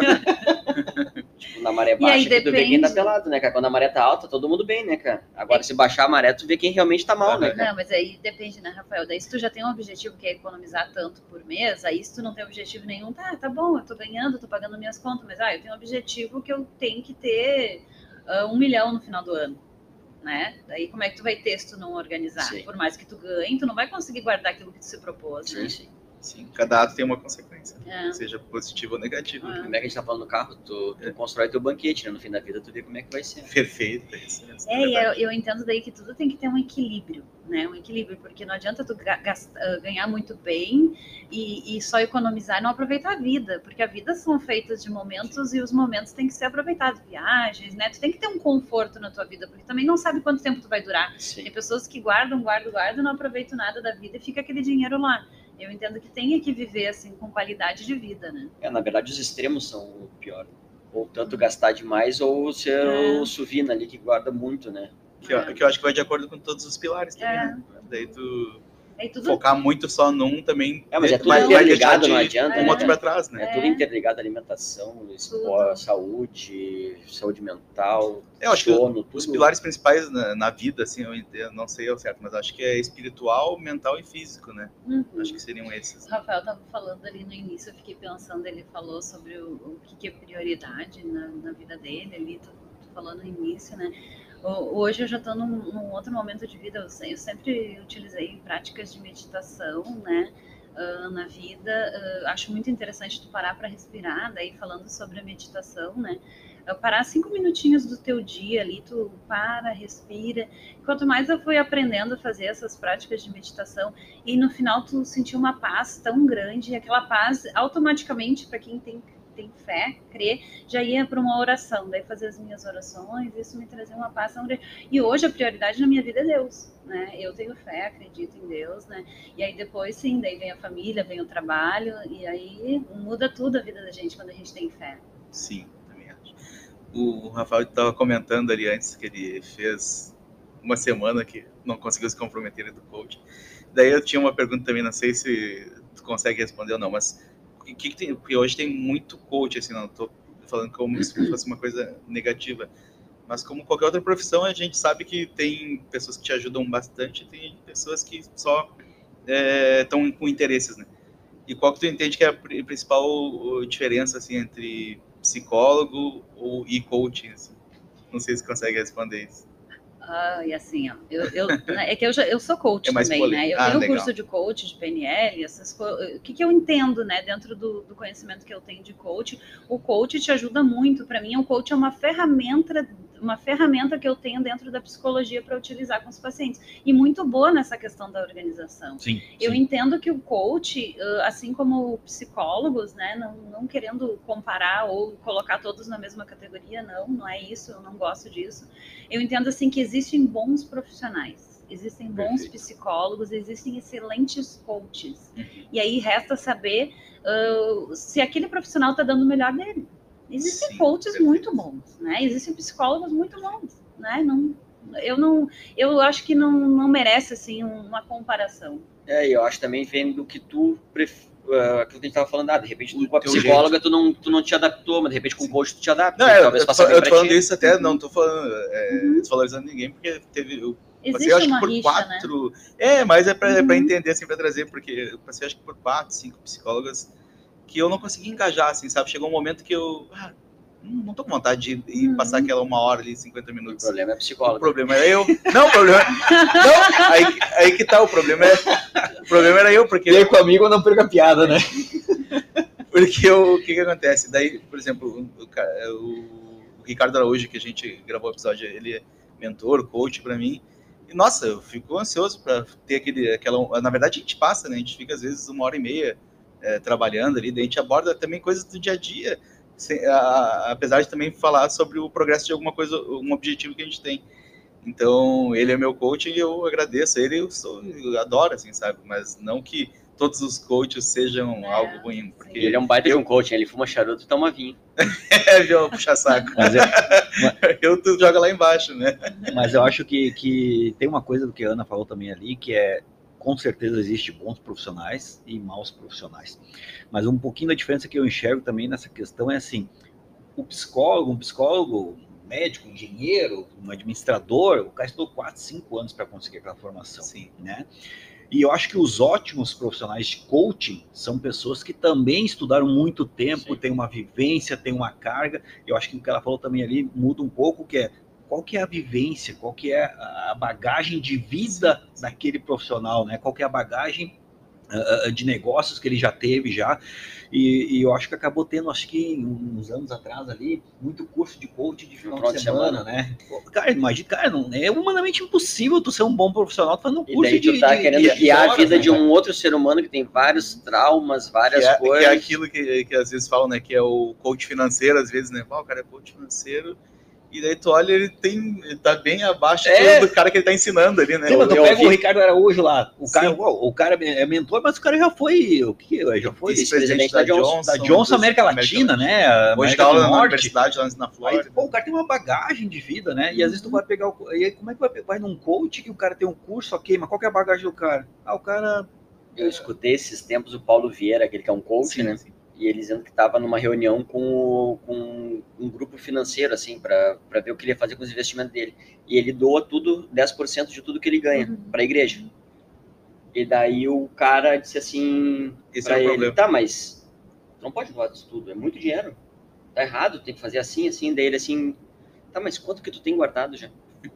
Tipo, na maré baixa que depende. Tu vê quem tá pelado, né, cara? Quando a maré tá alta, todo mundo bem, né, cara? Agora, é. se baixar a maré, tu vê quem realmente tá mal, né, cara? Não, mas aí depende, né, Rafael? Daí se tu já tem um objetivo que é economizar tanto por mês, aí se tu não tem objetivo nenhum, tá, tá bom, eu tô ganhando, tô pagando minhas contas, mas ah, eu tenho um objetivo que eu tenho que ter uh, um milhão no final do ano. Né? Daí como é que tu vai ter se tu não organizar? Sim. Por mais que tu ganhe, tu não vai conseguir guardar aquilo que tu se propôs, sim, né? Sim. Sim, cada ato tem uma consequência, é. seja positiva ou negativa. É. Como é que a gente tá falando no carro? Tu, tu é. constrói teu banquete, né? No fim da vida tu vê como é que vai ser. Perfeito. Isso, isso é, é eu, eu entendo daí que tudo tem que ter um equilíbrio, né? Um equilíbrio, porque não adianta tu gastar, ganhar muito bem e, e só economizar e não aproveitar a vida, porque a vida são feitas de momentos e os momentos têm que ser aproveitados, viagens, né? Tu tem que ter um conforto na tua vida, porque também não sabe quanto tempo tu vai durar. Sim. Tem pessoas que guardam, guardam, guardam, não aproveitam nada da vida e fica aquele dinheiro lá. Eu entendo que tem que viver assim com qualidade de vida, né? É, na verdade, os extremos são o pior. Ou tanto gastar demais, ou ser é. o Suvina ali, que guarda muito, né? Que, é. eu, que eu acho que vai de acordo com todos os pilares também, é. né? Daí tu tudo... focar muito só num também... É, mas é tudo interligado, não adianta, um né? outro pra trás, né? É, é tudo interligado, alimentação, esporte, saúde, saúde mental, eu acho sono, que tudo. Os pilares principais na, na vida, assim, eu, eu não sei ao certo, mas acho que é espiritual, mental e físico, né? Uhum. Acho que seriam esses. O Rafael estava falando ali no início, eu fiquei pensando, ele falou sobre o, o que, que é prioridade na, na vida dele, ali, tu, tu falou no início, né? Hoje eu já estou num, num outro momento de vida, eu sempre utilizei práticas de meditação, né, uh, na vida, uh, acho muito interessante tu parar para respirar, daí falando sobre a meditação, né, parar cinco minutinhos do teu dia ali, tu para, respira, quanto mais eu fui aprendendo a fazer essas práticas de meditação, e no final tu sentiu uma paz tão grande, e aquela paz automaticamente, para quem tem tem fé, crê, já ia para uma oração, daí fazer as minhas orações, isso me trazia uma paz tão grande. E hoje a prioridade na minha vida é Deus, né? Eu tenho fé, acredito em Deus, né? E aí depois, sim, daí vem a família, vem o trabalho, e aí muda tudo a vida da gente quando a gente tem fé. Sim, também acho. O Rafael estava comentando ali antes que ele fez uma semana que não conseguiu se comprometer do coach. Daí eu tinha uma pergunta também, não sei se tu consegue responder ou não, mas que, que tem, porque hoje tem muito coach, assim, não tô falando como se fosse uma coisa negativa, mas como qualquer outra profissão, a gente sabe que tem pessoas que te ajudam bastante, tem pessoas que só estão é, com interesses, né? E qual que tu entende que é a principal diferença, assim, entre psicólogo ou, e coaching, assim? Não sei se consegue responder isso. Ah, e assim, ó, eu, eu, é que eu, já, eu sou coach é também, polêmico. né? Eu ah, tenho legal. curso de coach, de P N L, essas coisas. O que, que eu entendo, né? Dentro do, do conhecimento que eu tenho de coach, o coach te ajuda muito. Para mim, o coach é uma ferramenta, uma ferramenta que eu tenho dentro da psicologia para utilizar com os pacientes. E muito boa nessa questão da organização. Sim, eu sim. entendo que o coach, assim como psicólogos, né? Não, não querendo comparar ou colocar todos na mesma categoria, não, não é isso, eu não gosto disso. Eu entendo, assim, que existem bons profissionais, existem bons Perfeito. psicólogos, existem excelentes coaches. Uhum. E aí resta saber uh, se aquele profissional está dando o melhor dele. Existem Sim, coaches perfeito. muito bons, né? Existem psicólogos muito bons, né? Não, eu não, eu acho que não, não merece assim uma comparação. É, eu acho também vem do que tu prefere. Uh, aquilo que a gente estava falando, ah, de repente tu, com a psicóloga tu não, tu não te adaptou, mas de repente com o coach tu te adapta. Não, eu, talvez eu, eu, eu tô falando ti. isso até, não tô falando, é, uhum. desvalorizando ninguém, porque teve, eu passei acho que por rixa, quatro, né? é, mas é para uhum. entender, assim, para trazer, porque eu passei acho que por quatro, cinco psicólogas que eu não consegui engajar, assim, sabe, chegou um momento que eu, ah, não tô com vontade de ir uhum. passar aquela uma hora ali, cinquenta minutos. O problema é psicólogo. O problema era eu. Não, o problema... não, aí, aí que tá, o problema é... O problema era eu, porque... Eu com amigo eu não perco a piada, né? Porque eu, o que que acontece? Daí, por exemplo, o, o, o Ricardo Araújo, que a gente gravou o episódio, ele é mentor, coach pra mim. E, nossa, eu fico ansioso pra ter aquele... aquela. Na verdade, a gente passa, né? A gente fica, às vezes, uma hora e meia é, trabalhando ali, daí a gente aborda também coisas do dia a dia. Sem, a, apesar de também falar sobre o progresso de alguma coisa, um objetivo que a gente tem. Então, ele é meu coach e eu agradeço ele, eu, sou, eu adoro, assim, sabe? Mas não que todos os coaches sejam é, algo ruim. Porque ele é um baita eu... de um coach, ele fuma charuto e toma vinho. É, viu, puxa saco. Mas eu, mas... eu tu joga lá embaixo, né? Mas eu acho que, que tem uma coisa do que a Ana falou também ali, que é, com certeza existe bons profissionais e maus profissionais. Mas um pouquinho da diferença que eu enxergo também nessa questão é assim, o psicólogo, um psicólogo, um médico, um engenheiro, um administrador, o cara estudou quatro, cinco anos para conseguir aquela formação. Sim. Né? E eu acho que os ótimos profissionais de coaching são pessoas que também estudaram muito tempo, têm uma vivência, têm uma carga. Eu acho que o que ela falou também ali muda um pouco, que é qual que é a vivência, qual que é a bagagem de vida daquele profissional, né? Qual que é a bagagem uh, de negócios que ele já teve já, e, e eu acho que acabou tendo, acho que uns anos atrás ali, muito curso de coaching de final de semana, semana, né? Pô, cara, imagina, cara, não, é humanamente impossível tu ser um bom profissional fazendo um curso e daí de... tu tá de, querendo de, guiar de a vida né, de um outro ser humano que tem vários traumas, várias que é, coisas. Que é aquilo que, que às vezes falam, né, que é o coach financeiro, às vezes, né? Oh, o cara é coach financeiro, e daí tu olha, ele tem, ele tá bem abaixo é. do cara que ele tá ensinando ali, né? Sim, mas tu pega o Ricardo Araújo lá, o cara, o, o cara é mentor, mas o cara já foi, o que já foi vice-presidente da, da Johnson, da Johnson América Latina, América, né? Hoje dá aula na universidade lá na Flórida. Aí, pô, o cara tem uma bagagem de vida, né? E às vezes tu vai pegar, o, e aí como é que vai, vai num coach que o cara tem um curso, ok, mas qual que é a bagagem do cara? Ah, o cara... Eu escutei esses tempos o Paulo Vieira, aquele que é um coach, sim, né? Sim. E ele dizendo que estava numa reunião com, com um grupo financeiro, assim, para ver o que ele ia fazer com os investimentos dele. E ele doa tudo, dez por cento de tudo que ele ganha, uhum, para a igreja. E daí o cara disse assim, esse é o ele, problema. Tá, mas não pode doar isso tudo, é muito dinheiro. Tá errado, tem que fazer assim, assim. Daí ele assim, tá, mas quanto que tu tem guardado já?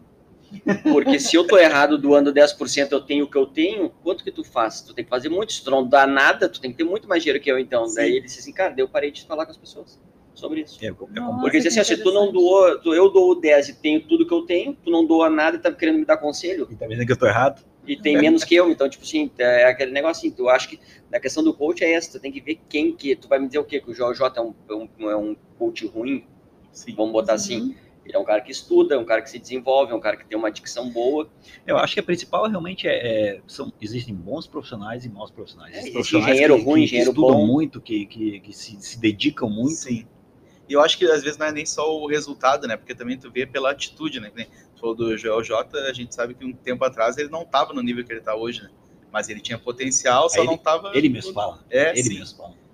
Porque se eu tô errado doando dez por cento, eu tenho o que eu tenho, quanto que tu faz? Tu tem que fazer muito, se tu não dá nada, tu tem que ter muito mais dinheiro que eu, então. Sim. Daí ele disse assim, cara, daí eu parei de falar com as pessoas sobre isso. É, é Nossa, porque assim, assim, se tu não doou, tu, eu dou dez e tenho tudo que eu tenho, tu não doa nada e tá querendo me dar conselho. E tá vendo que eu tô errado? E tem menos que eu, então, tipo assim, é aquele negócio assim, tu acha que na questão do coach é essa, tu tem que ver quem que, tu vai me dizer o quê? Que o J J é um, um, é um coach ruim? Sim. Vamos botar assim. Uhum. Ele é um cara que estuda, é um cara que se desenvolve, é um cara que tem uma dicção boa. Eu acho que a principal realmente é... é são, existem bons profissionais e maus profissionais. É, profissionais engenheiro que, ruim, que engenheiro estudam bom. muito, que, que, que se, se dedicam muito. Sim. E eu acho que às vezes não é nem só o resultado, né? Porque também tu vê pela atitude, né? Tu falou do Joel J, a gente sabe que um tempo atrás ele não estava no nível que ele está hoje, né? Mas ele tinha potencial, só ele, não estava... Ele mesmo fala. É, ele sim. mesmo fala.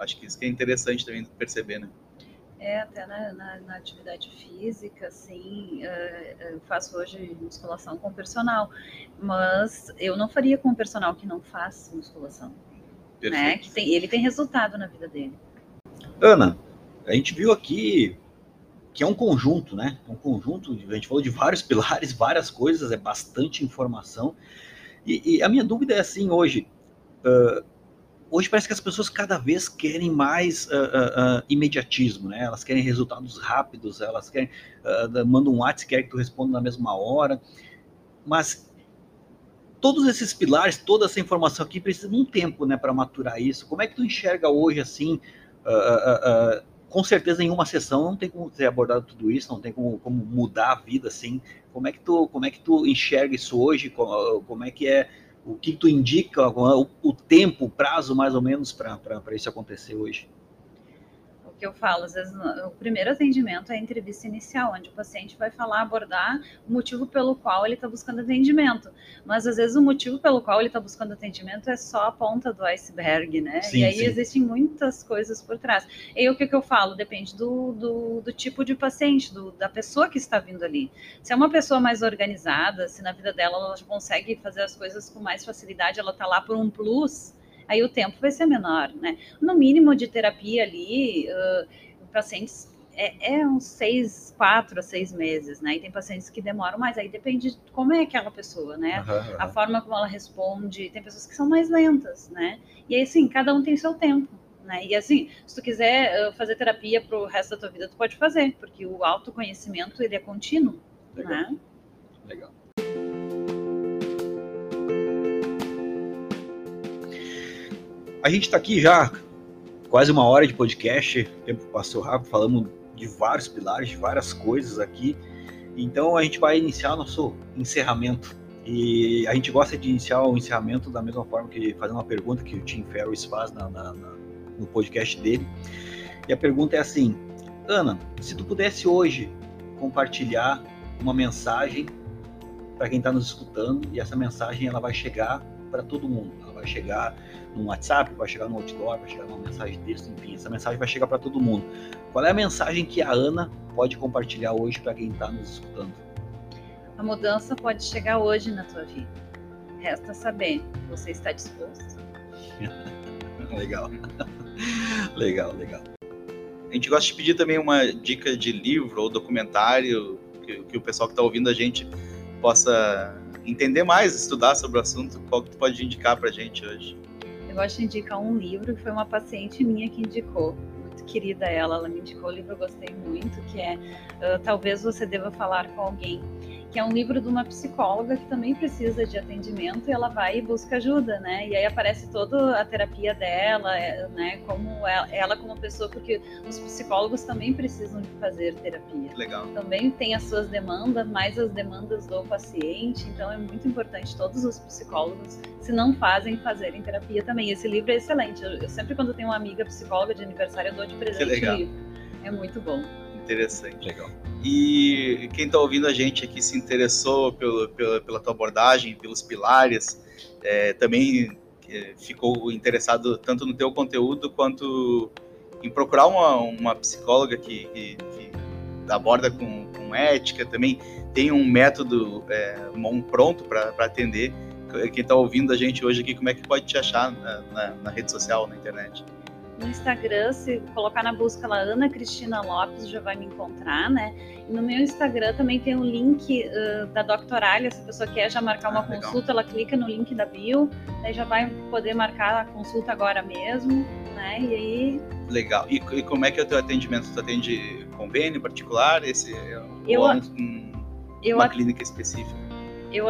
Acho que isso que é interessante também perceber, né? É, até na, na, na atividade física, assim, uh, eu faço hoje musculação com personal, mas eu não faria com um personal que não faz musculação, né? Que tem, ele tem resultado na vida dele. Ana, a gente viu aqui que é um conjunto, né? Um conjunto, a gente falou de vários pilares, várias coisas, é bastante informação. E, e a minha dúvida é assim, hoje, uh, hoje parece que as pessoas cada vez querem mais uh, uh, uh, imediatismo, né? Elas querem resultados rápidos, elas querem, uh, mandam um WhatsApp, querem que tu responda na mesma hora, mas todos esses pilares, toda essa informação aqui precisa de um tempo, né, para maturar isso. Como é que tu enxerga hoje, assim, uh, uh, uh, com certeza em uma sessão não tem como ter abordado tudo isso, não tem como, como mudar a vida, assim, como é que tu, como é que tu enxerga isso hoje, como, como é que é, o que tu indica, o, o tempo, o prazo mais ou menos para isso acontecer hoje? O que eu falo, às vezes, o primeiro atendimento é a entrevista inicial, onde o paciente vai falar, abordar o motivo pelo qual ele está buscando atendimento. Mas, às vezes, o motivo pelo qual ele está buscando atendimento é só a ponta do iceberg, né? Sim, e aí sim. Existem muitas coisas por trás. E aí, o que, que eu falo? Depende do, do, do tipo de paciente, do, da pessoa que está vindo ali. Se é uma pessoa mais organizada, se na vida dela ela consegue fazer as coisas com mais facilidade, ela está lá por um plus, aí o tempo vai ser menor, né? No mínimo de terapia ali, uh, pacientes é, é uns seis, quatro a seis meses, né? E tem pacientes que demoram mais, aí depende de como é aquela pessoa, né? Uhum, uhum. A forma como ela responde, tem pessoas que são mais lentas, né? E aí, assim, cada um tem seu tempo, né? E assim, se tu quiser uh, fazer terapia pro resto da tua vida, tu pode fazer, porque o autoconhecimento, ele é contínuo, Legal. Né? Legal. A gente está aqui já quase uma hora de podcast, o tempo passou rápido, falamos de vários pilares, de várias coisas aqui. Então a gente vai iniciar nosso encerramento. E a gente gosta de iniciar o encerramento da mesma forma que fazendo uma pergunta que o Tim Ferriss faz na, na, na, no podcast dele. E a pergunta é assim: Ana, se tu pudesse hoje compartilhar uma mensagem para quem está nos escutando, e essa mensagem ela vai chegar para todo mundo, ela vai chegar no WhatsApp, vai chegar no outdoor, vai chegar numa mensagem de texto, enfim, essa mensagem vai chegar para todo mundo. Qual é a mensagem que a Ana pode compartilhar hoje para quem está nos escutando? A mudança pode chegar hoje na tua vida. Resta saber, você está disposto? Legal. Legal, legal. A gente gosta de pedir também uma dica de livro ou documentário que, que o pessoal que está ouvindo a gente possa entender mais, estudar sobre o assunto. Qual que tu pode indicar pra gente hoje? Eu gosto de indicar um livro que foi uma paciente minha que indicou, muito querida ela, ela me indicou o livro, eu gostei muito, que é uh, Talvez Você Deva Falar com Alguém, que é um livro de uma psicóloga que também precisa de atendimento e ela vai e busca ajuda, né? E aí aparece toda a terapia dela, né? Como ela, ela como pessoa, porque os psicólogos também precisam de fazer terapia. Legal. Também tem as suas demandas, mais as demandas do paciente, então é muito importante todos os psicólogos, se não fazem, fazerem terapia também. Esse livro é excelente. Eu, eu sempre quando tenho uma amiga psicóloga de aniversário, eu dou de presente o livro. É muito bom. Interessante. Legal. E quem está ouvindo a gente aqui se interessou pelo, pela, pela tua abordagem, pelos pilares, é, também é, ficou interessado tanto no teu conteúdo quanto em procurar uma, uma psicóloga que, que, que aborda com, com ética, também tem um método é, pronto para atender. Quem está ouvindo a gente hoje aqui, como é que pode te achar na, na, na rede social, na internet? No Instagram, se colocar na busca lá Ana Cristina Lopes, já vai me encontrar, né? E no meu Instagram também tem um link uh, da Doctoralia, se a pessoa quer já marcar uma ah, consulta, ela clica no link da bio, daí já vai poder marcar a consulta agora mesmo, né? E aí... Legal. E, e como é que é o teu atendimento? Tu atende convênio particular? Esse é eu, ou um, eu uma at... clínica específica? Eu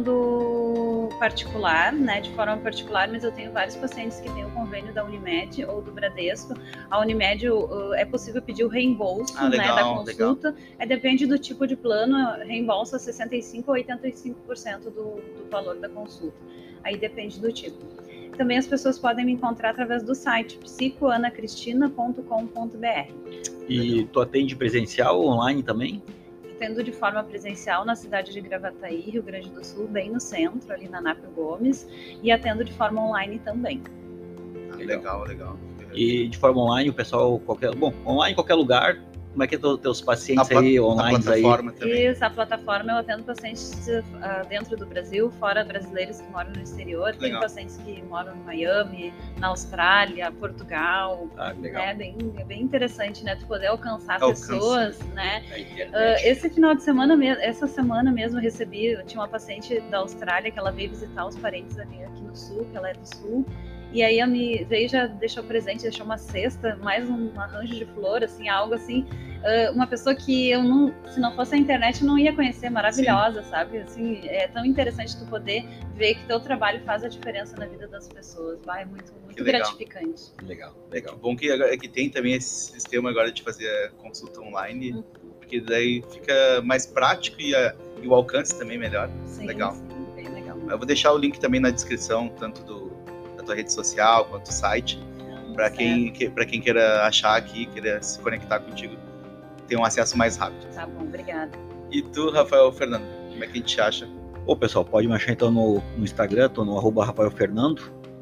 atendo particular, né, de forma particular, mas eu tenho vários pacientes que têm o convênio da Unimed ou do Bradesco. A Unimed uh, é possível pedir o reembolso ah, legal, né, da consulta. É, depende do tipo de plano, reembolsa sessenta e cinco por cento ou oitenta e cinco por cento do, do valor da consulta. Aí depende do tipo. Também as pessoas podem me encontrar através do site psico ana cristina ponto com ponto b r. E tu atende presencial ou online também? Atendo de forma presencial na cidade de Gravataí, Rio Grande do Sul, bem no centro, ali na Nápio Gomes, e atendo de forma online também. Ah, legal, legal. E de forma online, o pessoal, qualquer, bom, online em qualquer lugar. Como é que estão os teus pacientes a aí, online aí? Também. Isso, a plataforma eu atendo pacientes uh, dentro do Brasil, fora brasileiros que moram no exterior. Tem pacientes que moram em Miami, na Austrália, Portugal. Ah, legal. É bem, é bem interessante, né? Tu poder alcançar Alcance. pessoas, né? Uh, esse final de semana, essa semana mesmo, eu recebi, eu tinha uma paciente da Austrália que ela veio visitar os parentes ali aqui no sul, que ela é do sul. E aí a me veio, já deixou presente, deixou uma cesta, mais um arranjo de flor, assim, algo assim. Uh, uma pessoa que eu não, se não fosse a internet, eu não ia conhecer, maravilhosa, Sim. sabe? Assim, é tão interessante tu poder ver que teu trabalho faz a diferença na vida das pessoas. Vai, é muito, muito legal. gratificante. Legal, legal. Que bom que, agora, que tem também esse sistema agora de fazer consulta online, uhum. porque daí fica mais prático e, a, e o alcance também melhor. Sim, legal. Sim, bem legal. Eu vou deixar o link também na descrição, tanto do tua rede social quanto o site, para quem, que, quem queira achar aqui, queira se conectar contigo, ter um acesso mais rápido. Tá bom, obrigada. E tu, Rafael Fernando, como é que a gente acha? Ô pessoal, pode me achar então no, no Instagram, tô no arroba Rafael Fernando,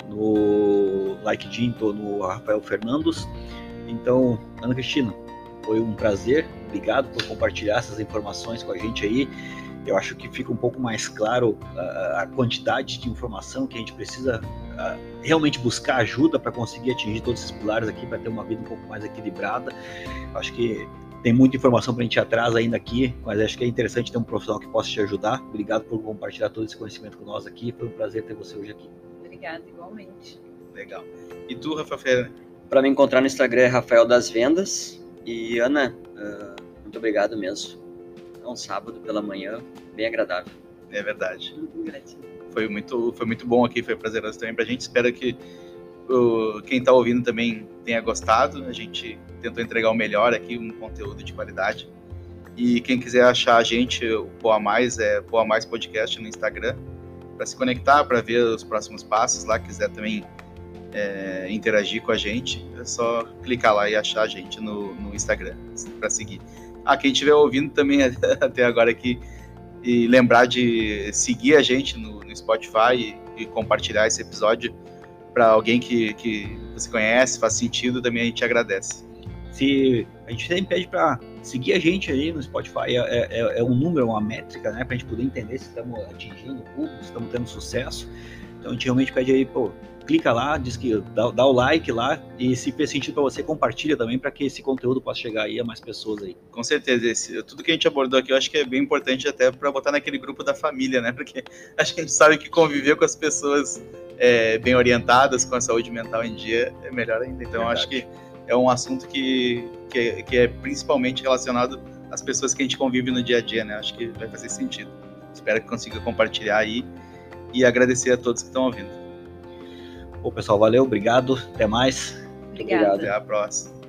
no LinkedIn tô no Rafael Fernandos. Então, Ana Cristina, foi um prazer, obrigado por compartilhar essas informações com a gente aí. Eu acho que fica um pouco mais claro a, a quantidade de informação que a gente precisa a, realmente buscar ajuda para conseguir atingir todos esses pilares aqui, para ter uma vida um pouco mais equilibrada. Eu acho que tem muita informação para a gente ir atrás ainda aqui, mas acho que é interessante ter um profissional que possa te ajudar. Obrigado por compartilhar todo esse conhecimento com nós aqui. Foi um prazer ter você hoje aqui. Obrigada, igualmente. Legal. E tu, Rafael? Para me encontrar no Instagram é Rafael das Vendas. E Ana, uh, muito obrigado mesmo. É um sábado pela manhã, bem agradável. É verdade. Gratidão. Foi muito, foi muito bom aqui, foi prazeroso também pra gente. Espero que uh, quem está ouvindo também tenha gostado. A gente tentou entregar o melhor aqui, um conteúdo de qualidade. E quem quiser achar a gente, o Poa Mais, é Poa Mais Podcast no Instagram, para se conectar, para ver os próximos passos lá, quiser também é, interagir com a gente, é só clicar lá e achar a gente no, no Instagram para seguir. Ah, quem estiver ouvindo também até agora aqui, e lembrar de seguir a gente no, no Spotify e, e compartilhar esse episódio para alguém que, que você conhece, faz sentido, também a gente agradece. Se a gente sempre pede para seguir a gente aí no Spotify, é, é, é um número, uma métrica, né, para a gente poder entender se estamos atingindo o público, se estamos tendo sucesso. Então a gente realmente pede aí, pô, clica lá, diz que dá, dá o like lá, e se fez sentido para você, compartilha também para que esse conteúdo possa chegar aí a mais pessoas aí. Com certeza, esse, tudo que a gente abordou aqui eu acho que é bem importante até para botar naquele grupo da família, né? Porque a gente sabe que conviver com as pessoas é, bem orientadas, com a saúde mental em dia, é melhor ainda. Então, acho que é um assunto que, que, é, que é principalmente relacionado às pessoas que a gente convive no dia a dia, né? Acho que vai fazer sentido. Espero que consiga compartilhar aí e agradecer a todos que estão ouvindo. Bom, pessoal, valeu, obrigado, até mais. Obrigada. Até a próxima.